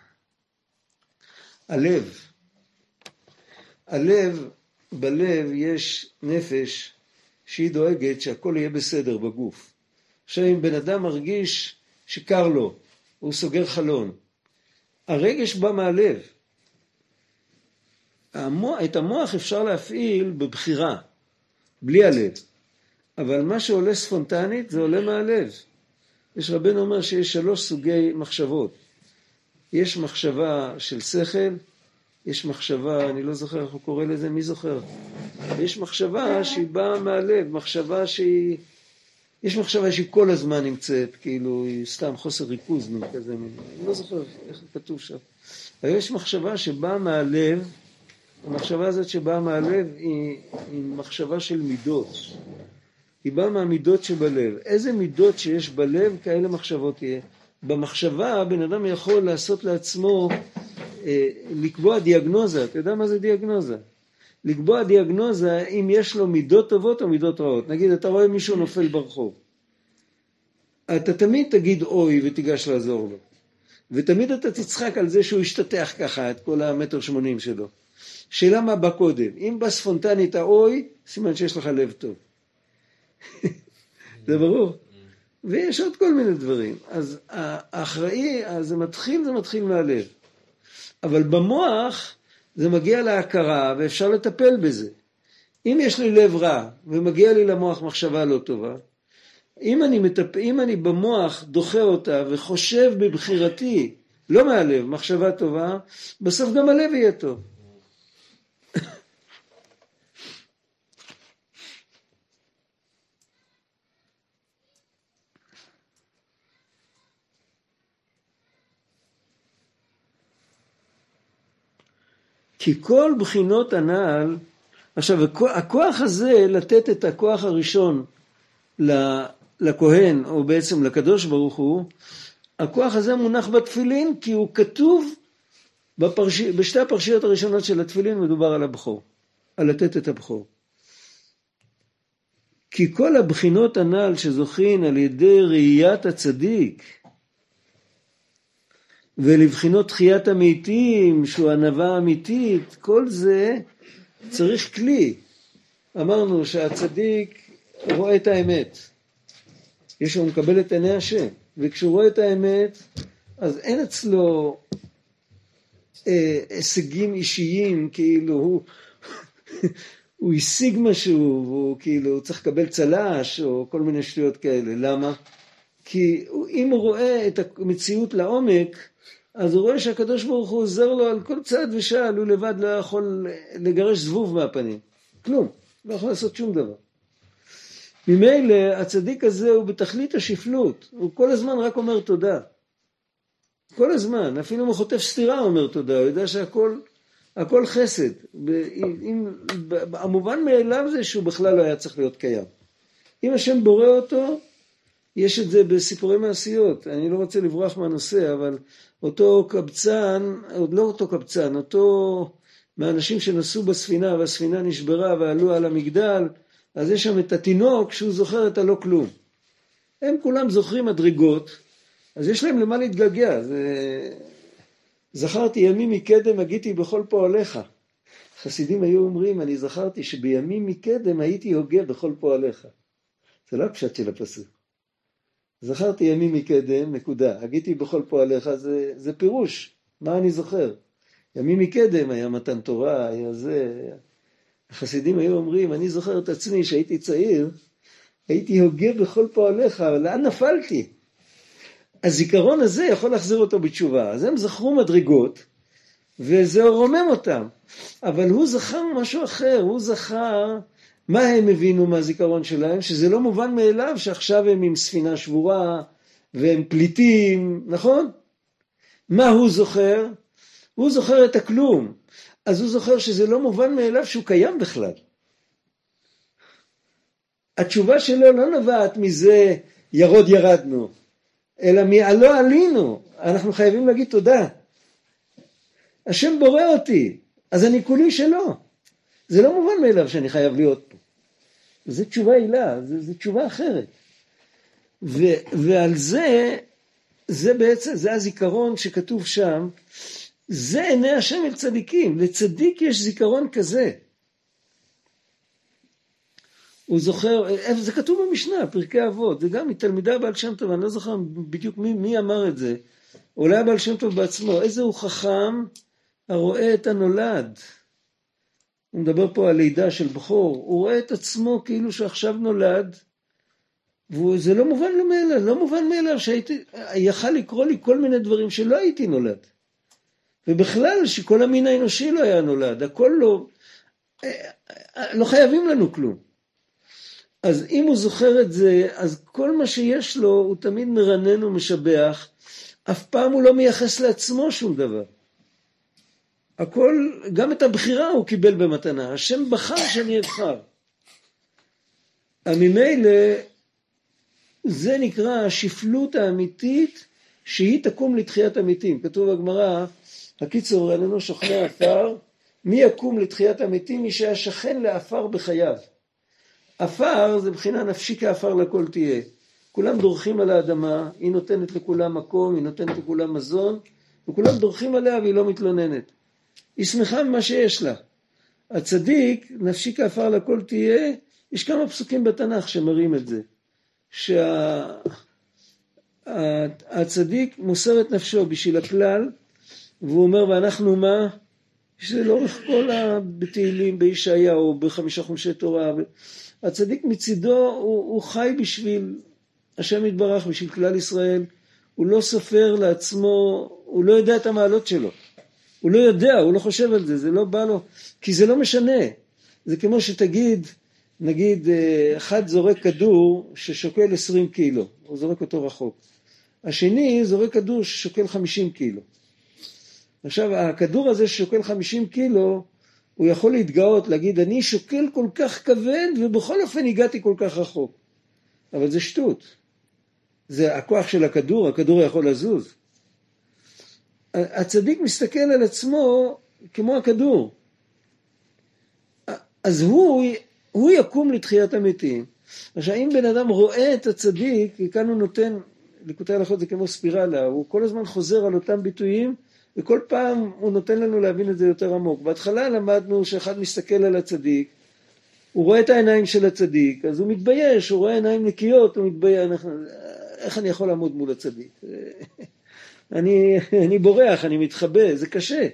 הלב. הלב, בלב יש נפש שהיא דואגת שהכל יהיה בסדר בגוף. עכשיו, אם בן אדם מרגיש שקר לו, הוא סוגר חלון. הרגש בא מהלב. המוח, את המוח אפשר להפעיל בבחירה, בלי הלב. אבל מה שעולה ספונטנית זה עולה מהלב. יש רבנו אומר שיש שלוש סוגי מחשבות. יש מחשבה של שכל, יש מחשבה, אני לא זוכר איך הוא קורא לזה, מי זוכר? יש מחשבה שהיא באה מהלב, מחשבה שהיא... יש מחשבה שהיא כל הזמן נמצאת, כאילו היא סתם חוסר ריכוז כזה, אני לא זוכר איך כתוב שם. אבל יש מחשבה שבאה מהלב, המחשבה הזאת שבאה מהלב היא, היא מחשבה של מידות. היא באה מהמידות שבלב. איזה מידות שיש בלב, כאלה מחשבות תהיה. במחשבה, בן אדם יכול לעשות לעצמו, אה, לקבוע דיאגנוזה. אתה יודע מה זה דיאגנוזה? לקבוע דיאגנוזה אם יש לו מידות טובות או מידות רעות. נגיד, אתה רואה מישהו נופל ברחוב. אתה תמיד תגיד אוי ותיגש לעזור לו. ותמיד אתה תצחק על זה שהוא ישתתח ככה את כל המטר שמונים שלו. שאלה מה בא קודם? אם בא ספונטנית האוי, סימן שיש לך לב טוב. זה ברור. ויש עוד כל מיני דברים. אז האחראי, אז זה מתחיל, זה מתחיל מהלב. אבל במוח זה מגיע להכרה ואפשר לטפל בזה. אם יש לי לב רע ומגיע לי למוח מחשבה לא טובה, אם אני, מטפ... אם אני במוח דוחה אותה וחושב בבחירתי, לא מהלב, מחשבה טובה, בסוף גם הלב יהיה טוב. כי כל בחינות הנעל, עכשיו הכוח הזה לתת את הכוח הראשון לכהן, או בעצם לקדוש ברוך הוא, הכוח הזה מונח בתפילין, כי הוא כתוב בפרש... בשתי הפרשיות הראשונות של התפילין מדובר על הבכור, על לתת את הבכור. כי כל הבחינות הנעל שזוכין על ידי ראיית הצדיק, ולבחינות תחיית המתים, שהוא ענווה אמיתית, כל זה צריך כלי. אמרנו שהצדיק רואה את האמת. יש הוא מקבל את עיני השם, וכשהוא רואה את האמת, אז אין אצלו אה, הישגים אישיים, כאילו הוא, הוא השיג משהו, והוא כאילו צריך לקבל צלש, או כל מיני שטויות כאלה. למה? כי אם הוא רואה את המציאות לעומק, אז הוא רואה שהקדוש ברוך הוא עוזר לו על כל צעד ושעל, הוא לבד לא יכול לגרש זבוב מהפנים. כלום, לא יכול לעשות שום דבר. ממילא הצדיק הזה הוא בתכלית השפלות, הוא כל הזמן רק אומר תודה. כל הזמן, אפילו אם הוא חוטף סתירה הוא אומר תודה, הוא יודע שהכל הכל חסד. אם, המובן מאליו זה שהוא בכלל לא היה צריך להיות קיים. אם השם בורא אותו, יש את זה בסיפורי מעשיות, אני לא רוצה לברוח מהנושא, אבל אותו קבצן, עוד לא אותו קבצן, אותו מהאנשים שנסעו בספינה והספינה נשברה ועלו על המגדל, אז יש שם את התינוק שהוא זוכר את הלא כלום. הם כולם זוכרים מדרגות, אז יש להם למה להתגעגע. זה... זכרתי ימים מקדם הגיתי בכל פועליך. חסידים היו אומרים, אני זכרתי שבימים מקדם הייתי הוגה בכל פועליך. זה לא הפשט של הפסוק. זכרתי ימים מקדם, נקודה. הגיתי בכל פועליך, זה, זה פירוש. מה אני זוכר? ימים מקדם היה מתן תורה, היה זה... החסידים היו אומרים, אני זוכר את עצמי שהייתי צעיר, הייתי הוגה בכל פועליך, אבל לאן נפלתי? הזיכרון הזה יכול להחזיר אותו בתשובה. אז הם זכרו מדרגות, וזה רומם אותם. אבל הוא זכר משהו אחר, הוא זכר מה הם הבינו מהזיכרון שלהם, שזה לא מובן מאליו שעכשיו הם עם ספינה שבורה, והם פליטים, נכון? מה הוא זוכר? הוא זוכר את הכלום. אז הוא זוכר שזה לא מובן מאליו שהוא קיים בכלל. התשובה שלו לא נובעת מזה ירוד ירדנו, אלא מעלו עלינו. אנחנו חייבים להגיד תודה. השם בורא אותי, אז אני כולי שלו. זה לא מובן מאליו שאני חייב להיות פה. זו תשובה עילה, זו תשובה אחרת. ו, ועל זה, זה בעצם, זה הזיכרון שכתוב שם, זה עיני השם אל צדיקים. לצדיק יש זיכרון כזה. הוא זוכר, זה כתוב במשנה, פרקי אבות, זה גם מתלמידה בעל שם טוב, אני לא זוכר בדיוק מי, מי אמר את זה, אולי הבעל שם טוב בעצמו, איזה הוא חכם הרואה את הנולד. הוא מדבר פה על לידה של בחור, הוא רואה את עצמו כאילו שעכשיו נולד, וזה לא מובן לו מאליו, לא מובן מאליו שהייתי, יכל לקרוא לי כל מיני דברים שלא הייתי נולד. ובכלל שכל המין האנושי לא היה נולד, הכל לא, לא חייבים לנו כלום. אז אם הוא זוכר את זה, אז כל מה שיש לו הוא תמיד מרנן ומשבח, אף פעם הוא לא מייחס לעצמו שום דבר. הכל, גם את הבחירה הוא קיבל במתנה, השם בחר שאני אבחר. ממילא זה נקרא השפלות האמיתית שהיא תקום לתחיית המתים. כתוב בגמרא, הקיצור, איננו שוכני עפר, מי יקום לתחיית המתים? מי שהשכן לעפר בחייו. עפר זה בחינה נפשי כעפר לכל תהיה. כולם דורכים על האדמה, היא נותנת לכולם מקום, היא נותנת לכולם מזון, וכולם דורכים עליה והיא לא מתלוננת. היא שמחה ממה שיש לה. הצדיק, נפשי כעפר לכל תהיה, יש כמה פסוקים בתנ"ך שמראים את זה. שהצדיק מוסר את נפשו בשביל הכלל, והוא אומר, ואנחנו מה? שזה לאורך כל הבתהילים, בישעיהו, בחמישה חומשי תורה. הצדיק מצידו, הוא, הוא חי בשביל השם יתברך, בשביל כלל ישראל. הוא לא סופר לעצמו, הוא לא יודע את המעלות שלו. הוא לא יודע, הוא לא חושב על זה, זה לא בא לו, כי זה לא משנה. זה כמו שתגיד, נגיד, אחד זורק כדור ששוקל עשרים קילו, הוא זורק אותו רחוק. השני זורק כדור ששוקל חמישים קילו. עכשיו, הכדור הזה ששוקל חמישים קילו, הוא יכול להתגאות, להגיד, אני שוקל כל כך כבד, ובכל אופן הגעתי כל כך רחוק. אבל זה שטות. זה הכוח של הכדור, הכדור יכול לזוז. הצדיק מסתכל על עצמו כמו הכדור. אז הוא, הוא יקום לתחיית המתים. עכשיו, אם בן אדם רואה את הצדיק, כאן הוא נותן, ליקוטי הלכות זה כמו ספירלה, הוא כל הזמן חוזר על אותם ביטויים, וכל פעם הוא נותן לנו להבין את זה יותר עמוק. בהתחלה למדנו שאחד מסתכל על הצדיק, הוא רואה את העיניים של הצדיק, אז הוא מתבייש, הוא רואה עיניים נקיות, הוא מתבייש, איך אני יכול לעמוד מול הצדיק? אני, אני בורח, אני מתחבא, זה קשה.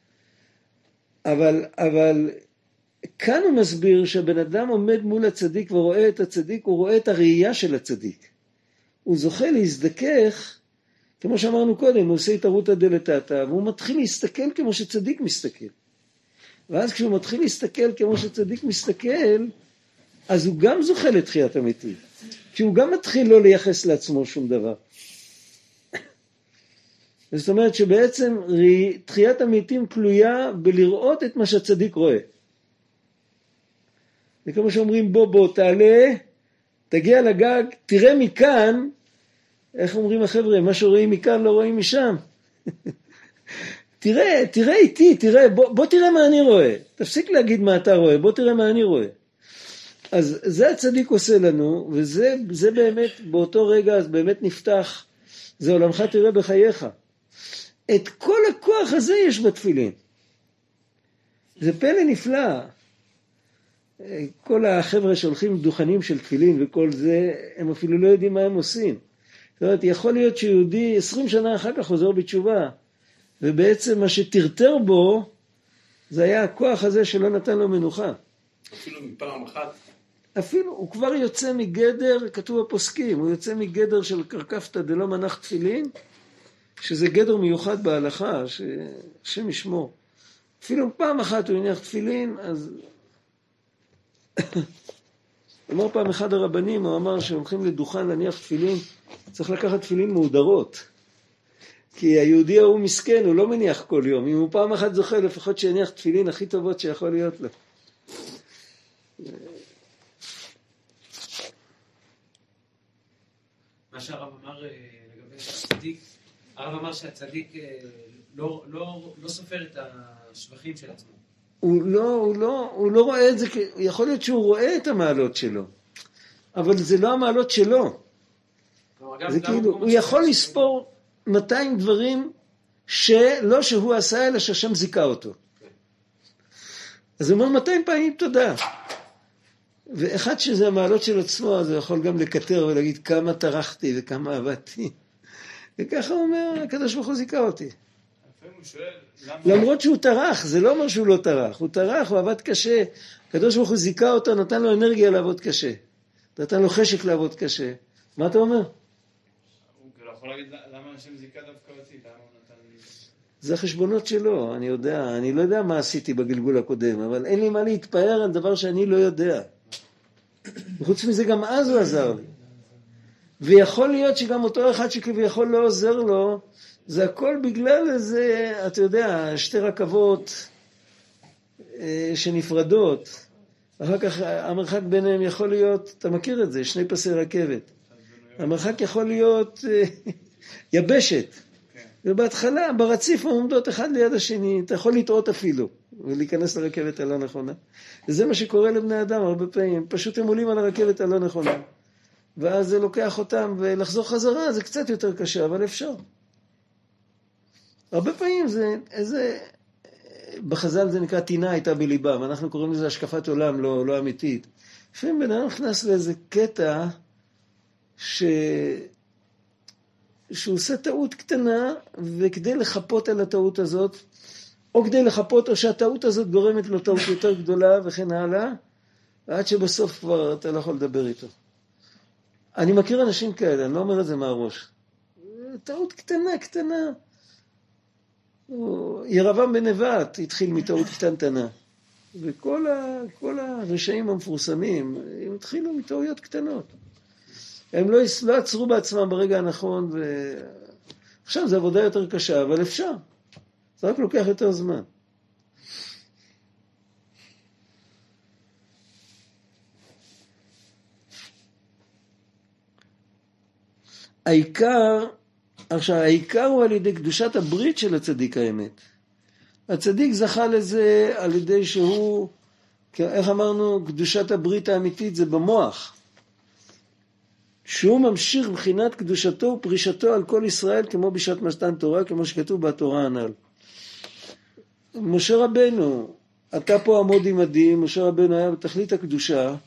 אבל, אבל כאן הוא מסביר שהבן אדם עומד מול הצדיק ורואה את הצדיק, הוא רואה את הראייה של הצדיק. הוא זוכה להזדכך, כמו שאמרנו קודם, הוא עושה התערותא דלתתא, והוא מתחיל להסתכל כמו שצדיק מסתכל. ואז כשהוא מתחיל להסתכל כמו שצדיק מסתכל, אז הוא גם זוכה לתחיית המתים. כי הוא גם מתחיל לא לייחס לעצמו שום דבר. זאת אומרת שבעצם תחיית המתים תלויה בלראות את מה שהצדיק רואה. זה כמו שאומרים בוא בוא תעלה, תגיע לגג, תראה מכאן, איך אומרים החבר'ה, מה שרואים מכאן לא רואים משם. תראה, תראה איתי, תראה, בוא, בוא תראה מה אני רואה. תפסיק להגיד מה אתה רואה, בוא תראה מה אני רואה. אז זה הצדיק עושה לנו, וזה זה באמת, באותו רגע, אז באמת נפתח, זה עולמך תראה בחייך. את כל הכוח הזה יש בתפילין. זה פלא נפלא. כל החבר'ה שהולכים דוכנים של תפילין וכל זה, הם אפילו לא יודעים מה הם עושים. זאת אומרת, יכול להיות שיהודי עשרים שנה אחר כך חוזר בתשובה, ובעצם מה שתרתר בו, זה היה הכוח הזה שלא נתן לו מנוחה. אפילו מפעם אחת. אפילו, הוא כבר יוצא מגדר, כתוב בפוסקים, הוא יוצא מגדר של קרקפתא דלא מנח תפילין, שזה גדר מיוחד בהלכה, שהשם ישמור. אפילו פעם אחת הוא הניח תפילין, אז... אמר פעם אחד הרבנים, הוא אמר שהולכים לדוכן להניח תפילין, צריך לקחת תפילין מהודרות. כי היהודי הוא מסכן, הוא לא מניח כל יום. אם הוא פעם אחת זוכה, לפחות שיניח תפילין הכי טובות שיכול להיות לו. מה שהרב אמר לגבי הצדיק, הרב אמר שהצדיק לא, לא, לא סופר את השבחים של עצמו. הוא לא, הוא לא, הוא לא רואה את זה, יכול להיות שהוא רואה את המעלות שלו, אבל זה לא המעלות שלו. זה כאילו, הוא יכול לספור מאתיים דברים שלא שהוא עשה, אלא שהשם זיכה אותו. אז הוא אומר מאתיים פעמים תודה. ואחד שזה המעלות של עצמו, אז הוא יכול גם לקטר ולהגיד כמה טרחתי וכמה עבדתי. וככה הוא אומר, הקדוש ברוך הוא זיכה אותי. למרות שהוא טרח, זה לא אומר שהוא לא טרח. הוא טרח, הוא עבד קשה. הקדוש ברוך הוא זיכה אותו, נתן לו אנרגיה לעבוד קשה. נתן לו חשק לעבוד קשה. מה אתה אומר? הוא לא יכול להגיד למה השם זיכה דווקא אותי, למה הוא נתן לי... זה החשבונות שלו, אני יודע. אני לא יודע מה עשיתי בגלגול הקודם, אבל אין לי מה להתפאר על דבר שאני לא יודע. וחוץ מזה גם אז הוא עזר לי. ויכול להיות שגם אותו אחד שכביכול לא עוזר לו, זה הכל בגלל איזה, אתה יודע, שתי רכבות אה, שנפרדות. אחר כך המרחק ביניהם יכול להיות, אתה מכיר את זה, שני פסי רכבת. המרחק יכול להיות אה, יבשת. ובהתחלה, ברציף עומדות אחד ליד השני, אתה יכול לטעות אפילו, ולהיכנס לרכבת הלא נכונה. וזה מה שקורה לבני אדם הרבה פעמים, פשוט הם עולים על הרכבת הלא נכונה. ואז זה לוקח אותם, ולחזור חזרה זה קצת יותר קשה, אבל אפשר. הרבה פעמים זה איזה, בחז"ל זה נקרא תינה הייתה בליבם, אנחנו קוראים לזה השקפת עולם לא, לא אמיתית. לפעמים בן אדם נכנס לאיזה קטע, ש... שהוא עושה טעות קטנה, וכדי לחפות על הטעות הזאת, או כדי לחפות, או שהטעות הזאת גורמת לו טעות יותר גדולה, וכן הלאה, ועד שבסוף כבר אתה לא יכול לדבר איתו. אני מכיר אנשים כאלה, אני לא אומר את זה מהראש. טעות קטנה, קטנה. ירבעם בן נבט התחיל מטעות קטנטנה. וכל ה, כל הרשעים המפורסמים, הם התחילו מטעויות קטנות. הם לא, לא עצרו בעצמם ברגע הנכון, ועכשיו זו עבודה יותר קשה, אבל אפשר. זה רק לוקח יותר זמן. העיקר, עכשיו, העיקר הוא על ידי קדושת הברית של הצדיק האמת. הצדיק זכה לזה על ידי שהוא, איך אמרנו, קדושת הברית האמיתית זה במוח. שהוא ממשיך בחינת קדושתו ופרישתו על כל ישראל כמו בשעת מתן תורה, כמו שכתוב בתורה הנ"ל. משה רבנו, אתה פה עמוד עמדי, משה רבנו היה בתכלית הקדושה,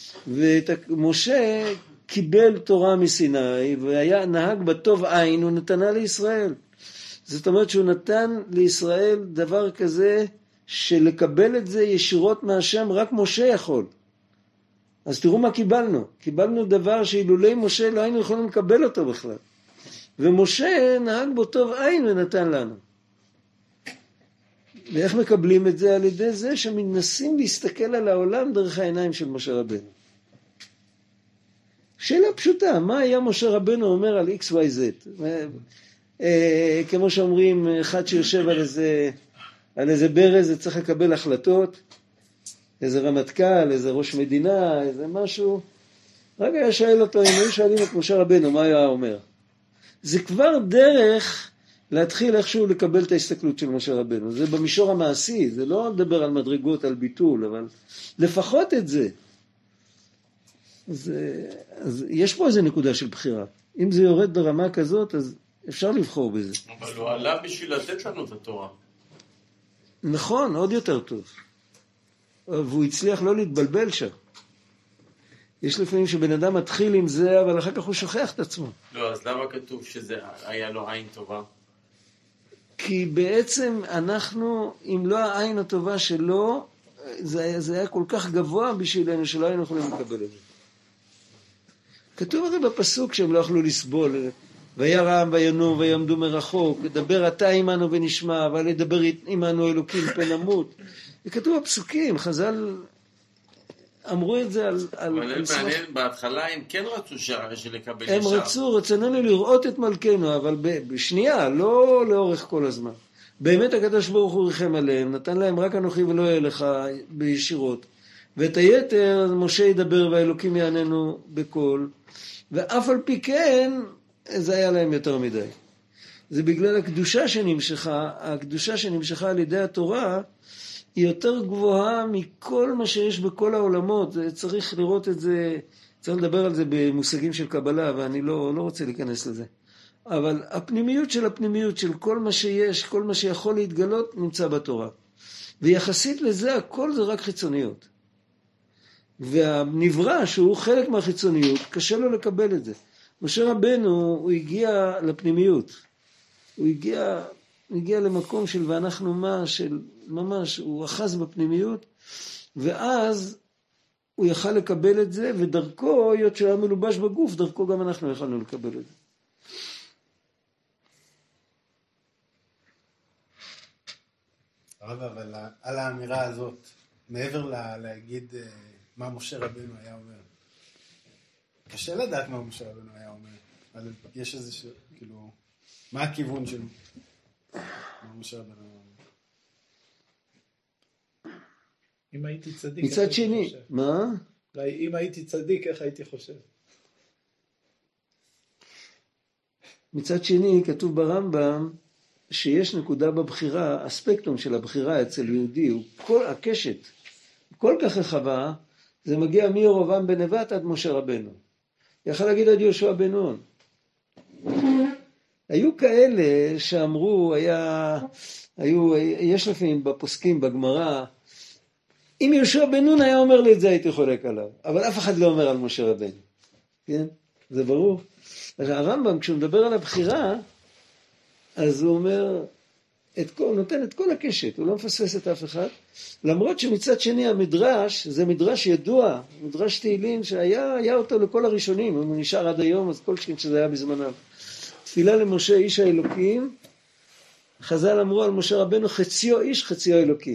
ומשה קיבל תורה מסיני, והיה נהג בטוב עין, הוא נתנה לישראל. זאת אומרת שהוא נתן לישראל דבר כזה, שלקבל את זה ישירות מהשם, רק משה יכול. אז תראו מה קיבלנו. קיבלנו דבר שאילולי משה לא היינו יכולים לקבל אותו בכלל. ומשה נהג בו טוב עין ונתן לנו. ואיך מקבלים את זה? על ידי זה שמנסים להסתכל על העולם דרך העיניים של משה רבנו. שאלה פשוטה, מה היה משה רבנו אומר על איקס וואי זד? אה, כמו שאומרים, אחד שיושב על איזה, על איזה ברז, זה צריך לקבל החלטות, איזה רמטכ"ל, איזה ראש מדינה, איזה משהו. רק היה שואל אותו, אם היו שואלים את משה רבנו, מה היה אומר? זה כבר דרך להתחיל איכשהו לקבל את ההסתכלות של משה רבנו. זה במישור המעשי, זה לא לדבר על מדרגות, על ביטול, אבל לפחות את זה. אז, אז יש פה איזה נקודה של בחירה. אם זה יורד ברמה כזאת, אז אפשר לבחור בזה. אבל הוא עלה בשביל לתת לנו את התורה. נכון, עוד יותר טוב. והוא הצליח לא להתבלבל שם. יש לפעמים שבן אדם מתחיל עם זה, אבל אחר כך הוא שוכח את עצמו. לא, אז למה כתוב שזה היה לו עין טובה? כי בעצם אנחנו, אם לא העין הטובה שלו, זה היה, זה היה כל כך גבוה בשבילנו שלא היינו יכולים לקבל את זה. כתוב הרי בפסוק שהם לא יכלו לסבול, וירם וינום ויעמדו מרחוק, לדבר אתה עמנו ונשמע, אבל לדבר עמנו אלוקים פן נמות. וכתוב הפסוקים, חז"ל אמרו את זה על... אבל הם מעניין, בהתחלה הם כן רצו של לקבל ישר. הם רצו, רצוננו לראות את מלכנו, אבל בשנייה, לא לאורך כל הזמן. באמת הקדוש ברוך הוא ריחם עליהם, נתן להם רק אנוכי ולא יהיה לך בישירות. ואת היתר, משה ידבר והאלוקים יעננו בקול, ואף על פי כן, זה היה להם יותר מדי. זה בגלל הקדושה שנמשכה, הקדושה שנמשכה על ידי התורה, היא יותר גבוהה מכל מה שיש בכל העולמות. צריך לראות את זה, צריך לדבר על זה במושגים של קבלה, ואני לא, לא רוצה להיכנס לזה. אבל הפנימיות של הפנימיות של כל מה שיש, כל מה שיכול להתגלות, נמצא בתורה. ויחסית לזה, הכל זה רק חיצוניות. והנברא, שהוא חלק מהחיצוניות, קשה לו לקבל את זה. משה רבנו, הוא הגיע לפנימיות. הוא הגיע... הגיע למקום של ואנחנו מה, של ממש, הוא אחז בפנימיות, ואז הוא יכל לקבל את זה, ודרכו, היות שהוא היה מלובש בגוף, דרכו גם אנחנו יכולנו לקבל את זה. הרב, אבל על האמירה הזאת, מעבר להגיד מה משה רבנו היה אומר, קשה לדעת מה משה רבנו היה אומר, אבל יש איזה ש... כאילו, מה הכיוון של... אם הייתי צדיק, מצד שני, מה? אם הייתי צדיק, איך הייתי חושב? מצד שני, כתוב ברמב"ם, שיש נקודה בבחירה, הספקטרום של הבחירה אצל יהודי, הוא כל הקשת, כל כך רחבה, זה מגיע מירובעם בן נבט עד משה רבנו. יכול להגיד עד יהושע בן נון. היו כאלה שאמרו, היה, היו, יש לפעמים בפוסקים, בגמרא, אם יהושע בן נון היה אומר לי את זה, הייתי חולק עליו. אבל אף אחד לא אומר על משה רבנו. כן? זה ברור. הרמב"ם, כשהוא מדבר על הבחירה, אז הוא אומר, את כל, הוא נותן את כל הקשת, הוא לא מפספס את אף אחד. למרות שמצד שני המדרש, זה מדרש ידוע, מדרש תהילים שהיה היה אותו לכל הראשונים, הוא נשאר עד היום, אז כל שכן שזה היה בזמנם. תפילה למשה איש האלוקים, חז"ל אמרו על משה רבנו חציו איש חציו אלוקים.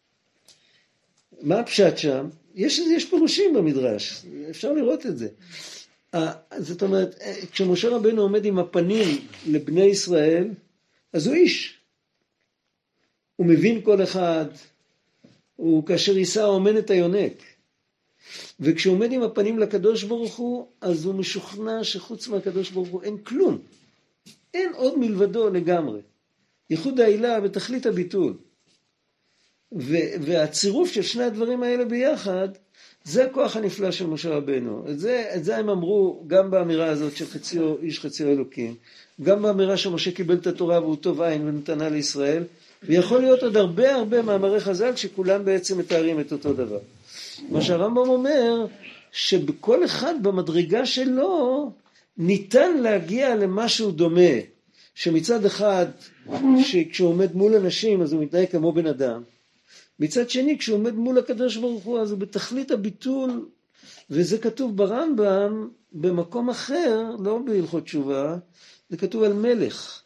מה הפשט שם? יש, יש פירושים במדרש, אפשר לראות את זה. זאת אומרת, כשמשה רבנו עומד עם הפנים לבני ישראל, אז הוא איש. הוא מבין כל אחד, הוא כאשר יישא אומן את היונק. וכשהוא עומד עם הפנים לקדוש ברוך הוא, אז הוא משוכנע שחוץ מהקדוש ברוך הוא אין כלום. אין עוד מלבדו לגמרי. ייחוד העילה בתכלית הביטול. והצירוף של שני הדברים האלה ביחד, זה הכוח הנפלא של משה רבנו. את זה, את זה הם אמרו גם באמירה הזאת של חציו, איש חציו אלוקים, גם באמירה שמשה קיבל את התורה והוא טוב עין ונתנה לישראל, ויכול להיות עוד הרבה הרבה מאמרי חז"ל שכולם בעצם מתארים את אותו דבר. מה שהרמב"ם אומר, שבכל אחד במדרגה שלו ניתן להגיע למשהו דומה, שמצד אחד כשהוא עומד מול אנשים אז הוא מתנהג כמו בן אדם, מצד שני כשהוא עומד מול הקדוש ברוך הוא אז הוא בתכלית הביטול, וזה כתוב ברמב"ם במקום אחר, לא בהלכות תשובה, זה כתוב על מלך.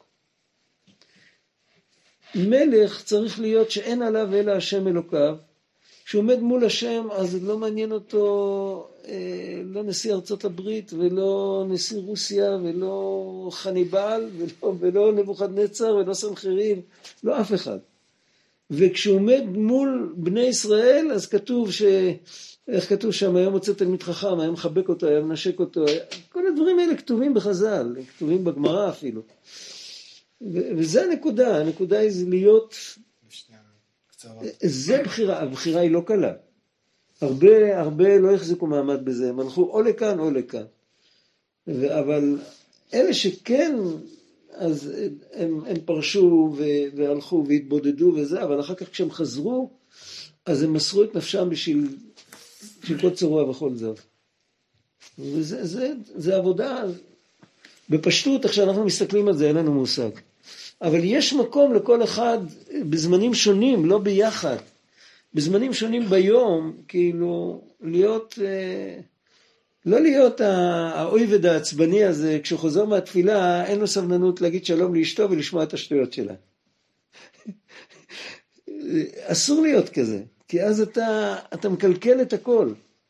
מלך צריך להיות שאין עליו אלא השם אלוקיו, כשהוא עומד מול השם אז לא מעניין אותו אה, לא נשיא ארצות הברית ולא נשיא רוסיה ולא חניבל ולא, ולא נבוכדנצר ולא סנחריב, לא אף אחד. וכשהוא עומד מול בני ישראל אז כתוב ש... איך כתוב שם, היה מוצא תלמיד חכם, היה מחבק אותו, היה מנשק אותו, כל הדברים האלה כתובים בחז"ל, כתובים בגמרא אפילו. ו- וזה הנקודה, הנקודה היא להיות, זה בחירה, הבחירה היא לא קלה. הרבה, הרבה לא החזיקו מעמד בזה, הם הלכו או לכאן או לכאן. ו- אבל אלה שכן, אז הם, הם פרשו ו- והלכו והתבודדו וזה, אבל אחר כך כשהם חזרו, אז הם מסרו את נפשם בשביל... של כל צרוע וכל זב. וזה זה, זה עבודה, בפשטות, איך שאנחנו מסתכלים על זה, אין לנו מושג. אבל יש מקום לכל אחד, בזמנים שונים, לא ביחד, בזמנים שונים ביום, כאילו, להיות, לא להיות האויבד העצבני הזה, כשהוא חוזר מהתפילה, אין לו סבלנות להגיד שלום לאשתו ולשמוע את השטויות שלה. אסור להיות כזה. כי אז אתה, אתה מקלקל את הכל.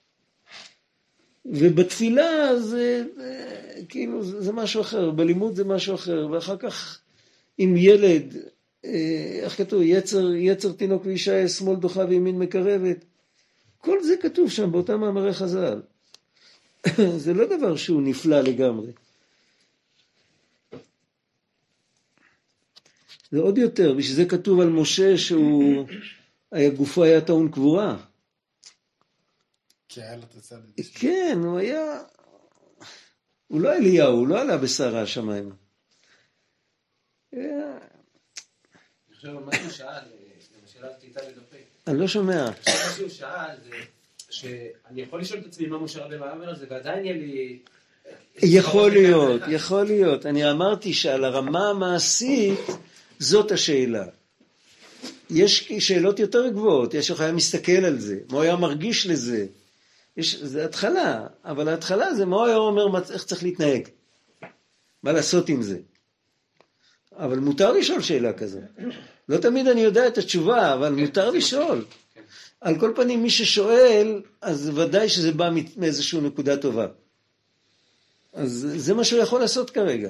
ובתפילה זה, זה כאילו, זה, זה משהו אחר, בלימוד זה משהו אחר, ואחר כך עם ילד, איך כתוב, יצר, יצר תינוק ואישה, שמאל דוחה וימין מקרבת, כל זה כתוב שם באותם מאמרי חז"ל. זה לא דבר שהוא נפלא לגמרי. זה עוד יותר, בשביל זה כתוב על משה שהוא... היה גופו היה טעון קבורה. כי היה לו תצלת. כן, הוא היה... הוא לא אליהו, הוא לא עלה בשערה השמיים. אני חושב על משהו שאל, למשל תיתה לדופק. אני לא שומע. עכשיו משהו שאל, זה שאני יכול לשאול את עצמי מה משה רבנו אמר על זה, ועדיין יהיה לי... יכול להיות, יכול להיות. אני אמרתי שעל הרמה המעשית, זאת השאלה. יש שאלות יותר גבוהות, יש לך היה מסתכל על זה, מה הוא היה מרגיש לזה, יש, זה התחלה, אבל ההתחלה זה מה הוא היה אומר, איך צריך להתנהג, מה לעשות עם זה. אבל מותר לשאול שאלה כזו, לא תמיד אני יודע את התשובה, אבל מותר לשאול. על כל פנים מי ששואל, אז ודאי שזה בא מאיזושהי נקודה טובה. אז זה מה שהוא יכול לעשות כרגע.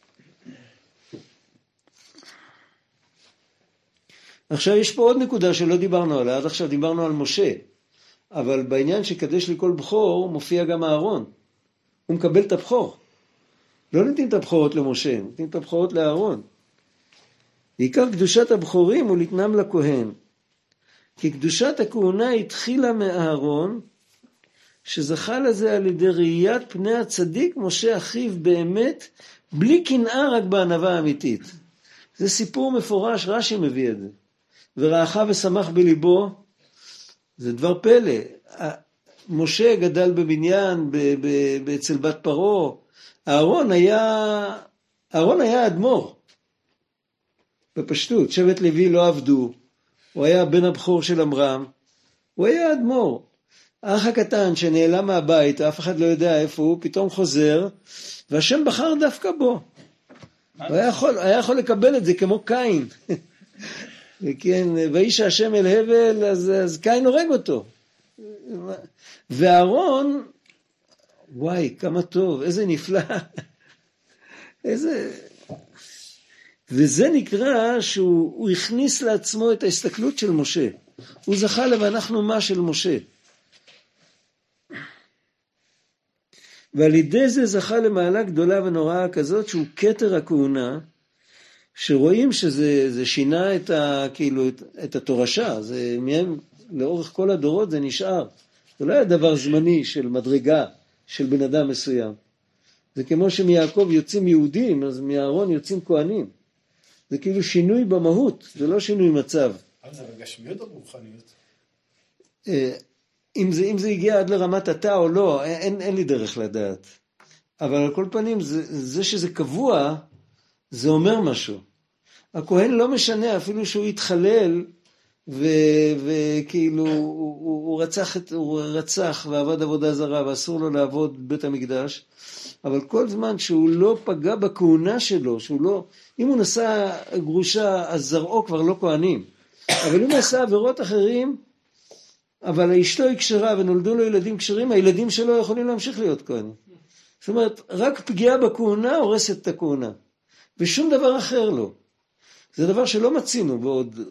עכשיו יש פה עוד נקודה שלא דיברנו עליה, עד עכשיו דיברנו על משה, אבל בעניין שקדש לי כל בכור מופיע גם אהרון, הוא מקבל את הבכור, לא נותנים את הבכורות למשה, נותנים את הבכורות לאהרון. עיקר קדושת הבכורים הוא לתנם לכהן, כי קדושת הכהונה התחילה מאהרון, שזכה לזה על ידי ראיית פני הצדיק משה אחיו באמת, בלי קנאה רק בענווה האמיתית. זה סיפור מפורש, רש"י מביא את זה. ורעך ושמח בליבו, זה דבר פלא. משה גדל בבניין, אצל בת פרעה, אהרון היה, אהרון היה אדמו"ר, בפשטות, שבט לוי לא עבדו, הוא היה בן הבכור של אמרם, הוא היה אדמו"ר. האח הקטן שנעלם מהבית, אף אחד לא יודע איפה הוא, פתאום חוזר, והשם בחר דווקא בו. הוא היה יכול, היה יכול לקבל את זה כמו קין. וכן, ואיש השם אל הבל, אז, אז קין הורג אותו. ואהרון, וואי, כמה טוב, איזה נפלא. איזה... וזה נקרא שהוא הכניס לעצמו את ההסתכלות של משה. הוא זכה לבנחנו מה של משה. ועל ידי זה זכה למעלה גדולה ונוראה כזאת שהוא כתר הכהונה, שרואים שזה זה שינה את, ה, כאילו, את, את התורשה, זה מהם לאורך כל הדורות זה נשאר. זה לא היה דבר זמני של מדרגה של בן אדם מסוים. זה כמו שמיעקב יוצאים יהודים, אז מאהרון יוצאים כהנים. זה כאילו שינוי במהות, זה לא שינוי מצב. אבל זה בגשמיות או ברוחניות? אם זה, אם זה הגיע עד לרמת התא או לא, אין, אין לי דרך לדעת. אבל על כל פנים, זה, זה שזה קבוע, זה אומר משהו. הכהן לא משנה, אפילו שהוא התחלל, ו, וכאילו הוא, הוא, הוא, רצח את, הוא רצח ועבד עבודה זרה, ואסור לו לעבוד בית המקדש, אבל כל זמן שהוא לא פגע בכהונה שלו, שהוא לא, אם הוא נשא גרושה, אז זרעו כבר לא כהנים. אבל אם הוא עשה עבירות אחרים, אבל אשתו היא כשרה ונולדו לו ילדים כשרים, הילדים שלו יכולים להמשיך להיות כהנים. זאת אומרת, רק פגיעה בכהונה הורסת את הכהונה, ושום דבר אחר לא. זה דבר שלא מצינו בעוד...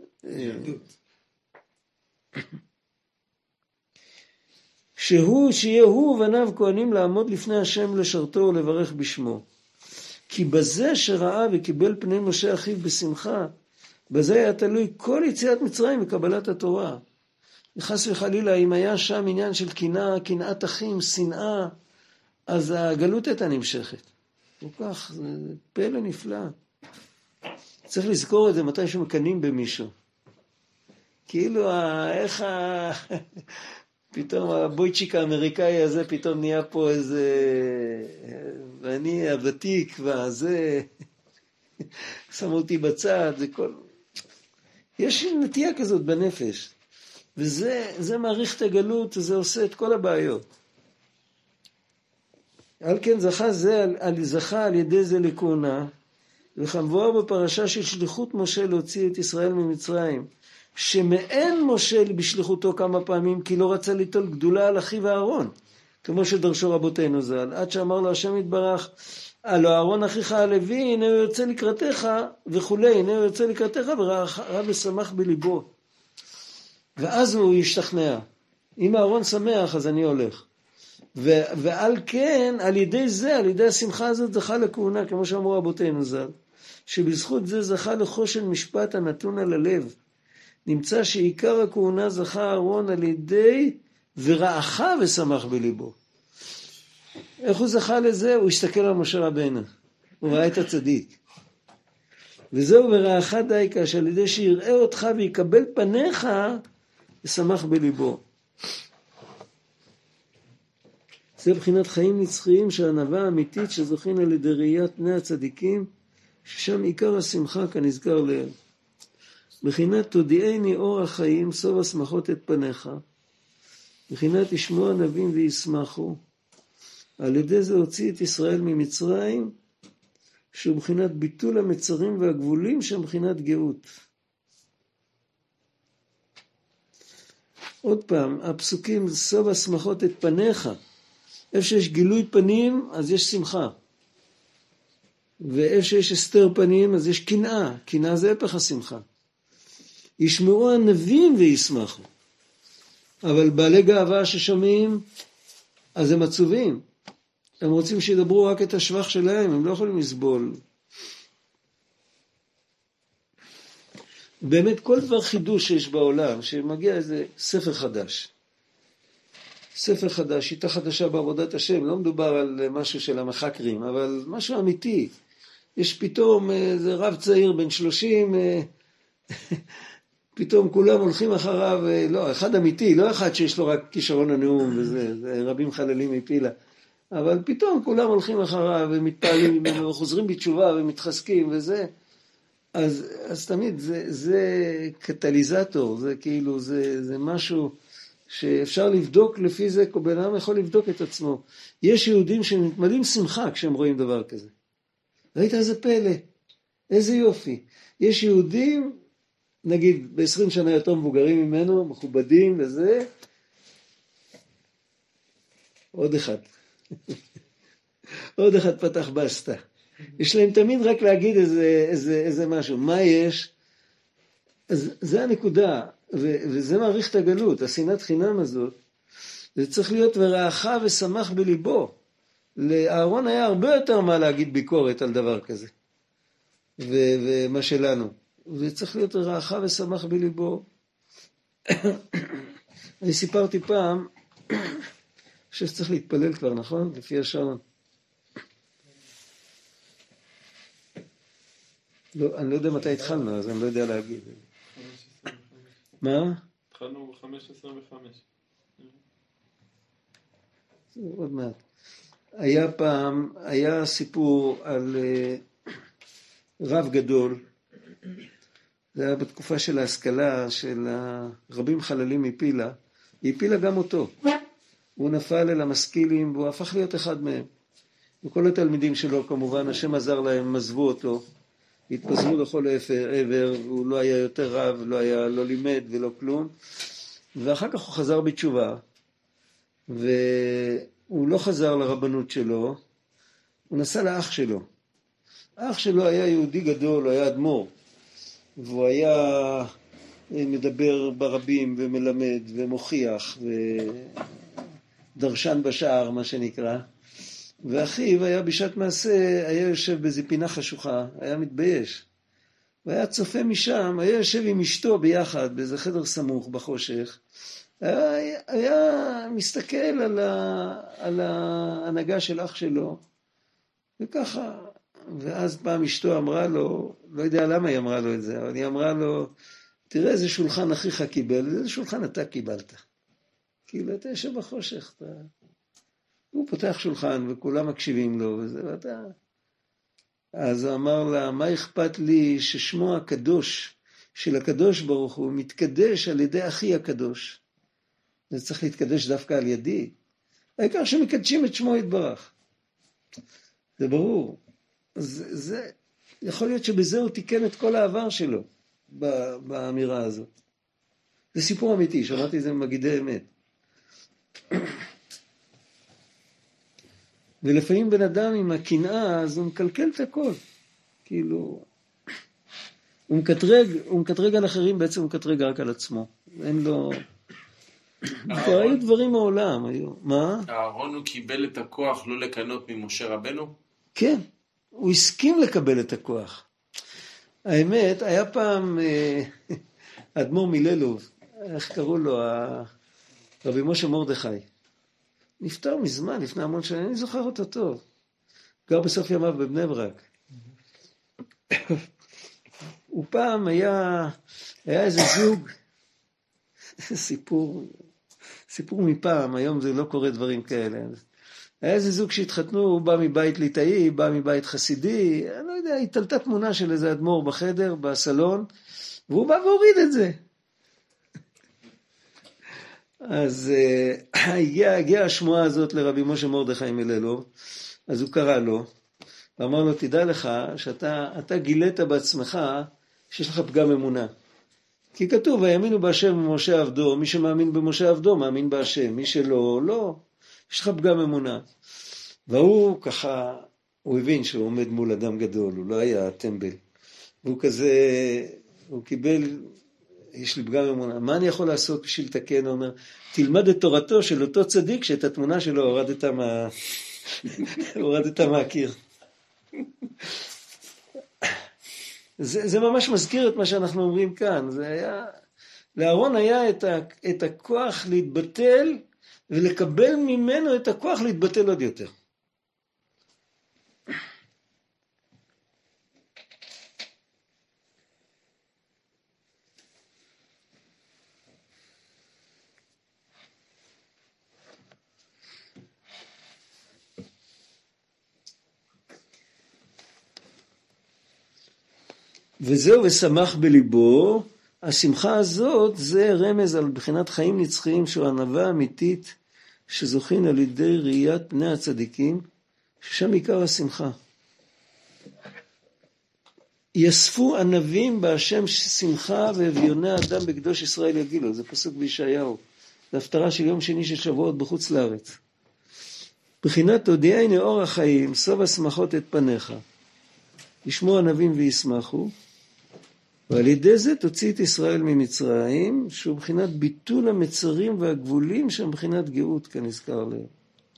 שהוא, שיהיה הוא ובניו כהנים לעמוד לפני השם לשרתו ולברך בשמו. כי בזה שראה וקיבל פני משה אחיו בשמחה, בזה היה תלוי כל יציאת מצרים וקבלת התורה. חס וחלילה, אם היה שם עניין של קנאה, קנאת אחים, שנאה, אז הגלות הייתה נמשכת. כל כך, זה פלא נפלא. צריך לזכור את זה מתי שמקנים במישהו. כאילו, איך ה... פתאום הבויצ'יק האמריקאי הזה פתאום נהיה פה איזה... ואני הוותיק והזה... שמו אותי בצד, זה כל... יש נטייה כזאת בנפש. וזה זה מעריך את הגלות, וזה עושה את כל הבעיות. על כן זכה זה, על, על, זכה על ידי זה לכהונה, וכמבואר בפרשה של שליחות משה להוציא את ישראל ממצרים, שמעין משה בשליחותו כמה פעמים, כי לא רצה ליטול גדולה על אחיו אהרון, כמו שדרשו רבותינו ז"ל, עד שאמר לו השם יתברך, הלא אהרון אחיך הלוי, הנה הוא יוצא לקראתך, וכולי, הנה הוא יוצא לקראתך, וראה ושמח בליבו. ואז הוא ישתכנע. אם אהרון שמח, אז אני הולך. ו- ועל כן, על ידי זה, על ידי השמחה הזאת, זכה לכהונה, כמו שאמרו רבותינו ז"ל, שבזכות זה זכה לחושן משפט הנתון על הלב. נמצא שעיקר הכהונה זכה אהרון על ידי ורעך ושמח בליבו. איך הוא זכה לזה? הוא הסתכל על משה רבנו. הוא ראה את הצדיק. וזהו ורעך דייקה, שעל ידי שיראה אותך ויקבל פניך, ושמח בליבו. זה בחינת חיים נצחיים של ענווה אמיתית שזוכין על ידי ראיית פני הצדיקים, ששם עיקר השמחה כנזכר לעיל. בחינת תודיעני אור החיים, סוב השמחות את פניך. בחינת ישמעו הנביאים וישמחו. על ידי זה הוציא את ישראל ממצרים, שהוא בחינת ביטול המצרים והגבולים שהם בחינת גאות. עוד פעם, הפסוקים סוב השמחות את פניך. איפה שיש גילוי פנים, אז יש שמחה. ואיפה שיש הסתר פנים, אז יש קנאה. קנאה זה הפך השמחה. ישמעו הנביאים וישמחו. אבל בעלי גאווה ששומעים, אז הם עצובים. הם רוצים שידברו רק את השבח שלהם, הם לא יכולים לסבול. באמת כל דבר חידוש שיש בעולם, שמגיע איזה ספר חדש. ספר חדש, שיטה חדשה בעבודת השם, לא מדובר על משהו של המחקרים, אבל משהו אמיתי. יש פתאום איזה רב צעיר בן שלושים, פתאום כולם הולכים אחריו, לא, אחד אמיתי, לא אחד שיש לו רק כישרון הנאום וזה, זה רבים חללים מפילה. אבל פתאום כולם הולכים אחריו ומתפעלים ממנו וחוזרים בתשובה ומתחזקים וזה. אז, אז תמיד זה, זה קטליזטור, זה כאילו, זה, זה משהו שאפשר לבדוק לפי זה, כל בן אדם יכול לבדוק את עצמו. יש יהודים שמתמלאים שמחה כשהם רואים דבר כזה. ראית איזה פלא, איזה יופי. יש יהודים, נגיד ב-עשרים שנה יותר מבוגרים ממנו, מכובדים וזה, עוד אחד. עוד אחד פתח בסטה. יש להם תמיד רק להגיד איזה, איזה, איזה משהו. מה יש? אז זה הנקודה, ו, וזה מעריך את הגלות, השנאת חינם הזאת. זה צריך להיות ורעך ושמח בליבו. לאהרון היה הרבה יותר מה להגיד ביקורת על דבר כזה. ו, ומה שלנו. וצריך להיות ורעך ושמח בליבו. אני סיפרתי פעם, שצריך להתפלל כבר, נכון? לפי השעון. לא, אני לא יודע מתי התחלנו, אז אני לא יודע להגיד. מה? התחלנו ב-חמש עשרה וחמש. עוד מעט. היה פעם, היה סיפור על uh, רב גדול, זה היה בתקופה של ההשכלה של הרבים חללים מפילה, היא הפילה גם אותו. הוא נפל אל המשכילים והוא הפך להיות אחד מהם. וכל התלמידים שלו כמובן, השם עזר להם, עזבו אותו, התפזרו לכל עבר, הוא לא היה יותר רב, לא היה, לא לימד ולא כלום. ואחר כך הוא חזר בתשובה, והוא לא חזר לרבנות שלו, הוא נסע לאח שלו. האח שלו היה יהודי גדול, הוא היה אדמו"ר, והוא היה מדבר ברבים ומלמד ומוכיח ודרשן בשער, מה שנקרא. ואחיו היה בשעת מעשה, היה יושב באיזו פינה חשוכה, היה מתבייש. והיה צופה משם, היה יושב עם אשתו ביחד, באיזה חדר סמוך בחושך. היה, היה מסתכל על, ה, על ההנהגה של אח שלו, וככה. ואז פעם אשתו אמרה לו, לא יודע למה היא אמרה לו את זה, אבל היא אמרה לו, תראה איזה שולחן אחיך קיבל, איזה שולחן אתה קיבלת. כאילו אתה יושב בחושך, אתה... הוא פותח שולחן וכולם מקשיבים לו וזה, ואתה... אז הוא אמר לה, מה אכפת לי ששמו הקדוש של הקדוש ברוך הוא מתקדש על ידי אחי הקדוש. זה צריך להתקדש דווקא על ידי. העיקר שמקדשים את שמו יתברך. זה ברור. זה, זה, יכול להיות שבזה הוא תיקן את כל העבר שלו, באמירה הזאת. זה סיפור אמיתי, שמעתי את זה ממגידי אמת. ולפעמים בן אדם עם הקנאה, אז הוא מקלקל את הכל. כאילו, הוא מקטרג, הוא מקטרג על אחרים, בעצם הוא מקטרג רק על עצמו. אין לו... כבר היו דברים מעולם, היו. מה? אהרון הוא קיבל את הכוח לא לקנות ממשה רבנו? כן, הוא הסכים לקבל את הכוח. האמת, היה פעם אדמו"ר מיללוב, איך קראו לו, רבי משה מרדכי. נפטר מזמן, לפני המון שנים, אני זוכר אותו טוב. גר בסוף ימיו בבני ברק. ופעם היה, היה איזה זוג, סיפור, סיפור מפעם, היום זה לא קורה דברים כאלה. היה איזה זוג שהתחתנו, הוא בא מבית ליטאי, בא מבית חסידי, אני לא יודע, התעלתה תמונה של איזה אדמו"ר בחדר, בסלון, והוא בא והוריד את זה. אז uh, הגיעה הגיע השמועה הזאת לרבי משה מרדכי מיללוב, אז הוא קרא לו, ואמר לו, תדע לך שאתה אתה גילית בעצמך שיש לך פגם אמונה. כי כתוב, היאמינו בהשם במשה עבדו, מי שמאמין במשה עבדו מאמין בהשם, מי שלא, לא, יש לך פגם אמונה. והוא ככה, הוא הבין שהוא עומד מול אדם גדול, הוא לא היה טמבל. והוא כזה, הוא קיבל... יש לי פגם אמונה, מה אני יכול לעשות בשביל לתקן? הוא אומר, תלמד את תורתו של אותו צדיק שאת התמונה שלו הורדת מה... הורדת מהקיר. זה, זה ממש מזכיר את מה שאנחנו אומרים כאן. זה היה, לאהרון היה את, ה, את הכוח להתבטל, ולקבל ממנו את הכוח להתבטל עוד יותר. וזהו ושמח בליבו, השמחה הזאת זה רמז על בחינת חיים נצחיים שהוא ענווה אמיתית שזוכין על ידי ראיית פני הצדיקים, ששם עיקר השמחה. יספו ענבים בהשם שמחה ואביוני האדם בקדוש ישראל יגילו, זה פסוק בישעיהו, זה הפטרה של יום שני של שבועות בחוץ לארץ. בחינת הודיעני אור החיים, סוב השמחות את פניך, ישמעו ענבים וישמחו, ועל ידי זה תוציא את ישראל ממצרים, שהוא בחינת ביטול המצרים והגבולים, שהם בחינת גאות, כנזכר להם.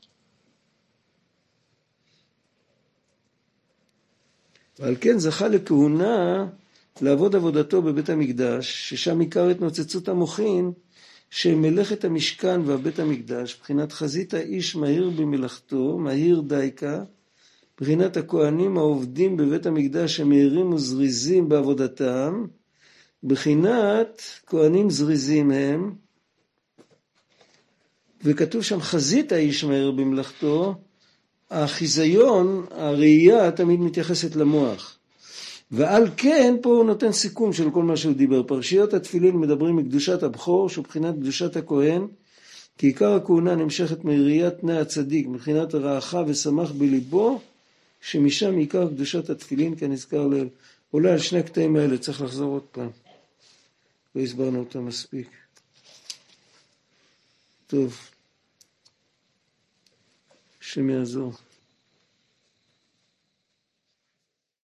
ועל כן זכה לכהונה לעבוד עבודתו בבית המקדש, ששם עיקר את נוצצות המוחין, שמלאכת המשכן והבית המקדש, בחינת חזית האיש מהיר במלאכתו, מהיר דייקה, בחינת הכהנים העובדים בבית המקדש המהירים וזריזים בעבודתם, בחינת כהנים זריזים הם, וכתוב שם חזית האיש מהר במלאכתו, החיזיון, הראייה תמיד מתייחסת למוח. ועל כן פה הוא נותן סיכום של כל מה שהוא דיבר. פרשיות התפילין מדברים מקדושת הבכור, שבחינת קדושת הכהן, כי עיקר הכהונה נמשכת מראיית פני הצדיק, מבחינת רעכה ושמח בליבו, שמשם עיקר קדושת התפילין כנזכר לעיל. אולי על שני הקטעים האלה צריך לחזור עוד פעם. לא הסברנו אותם מספיק. טוב. השם יעזור.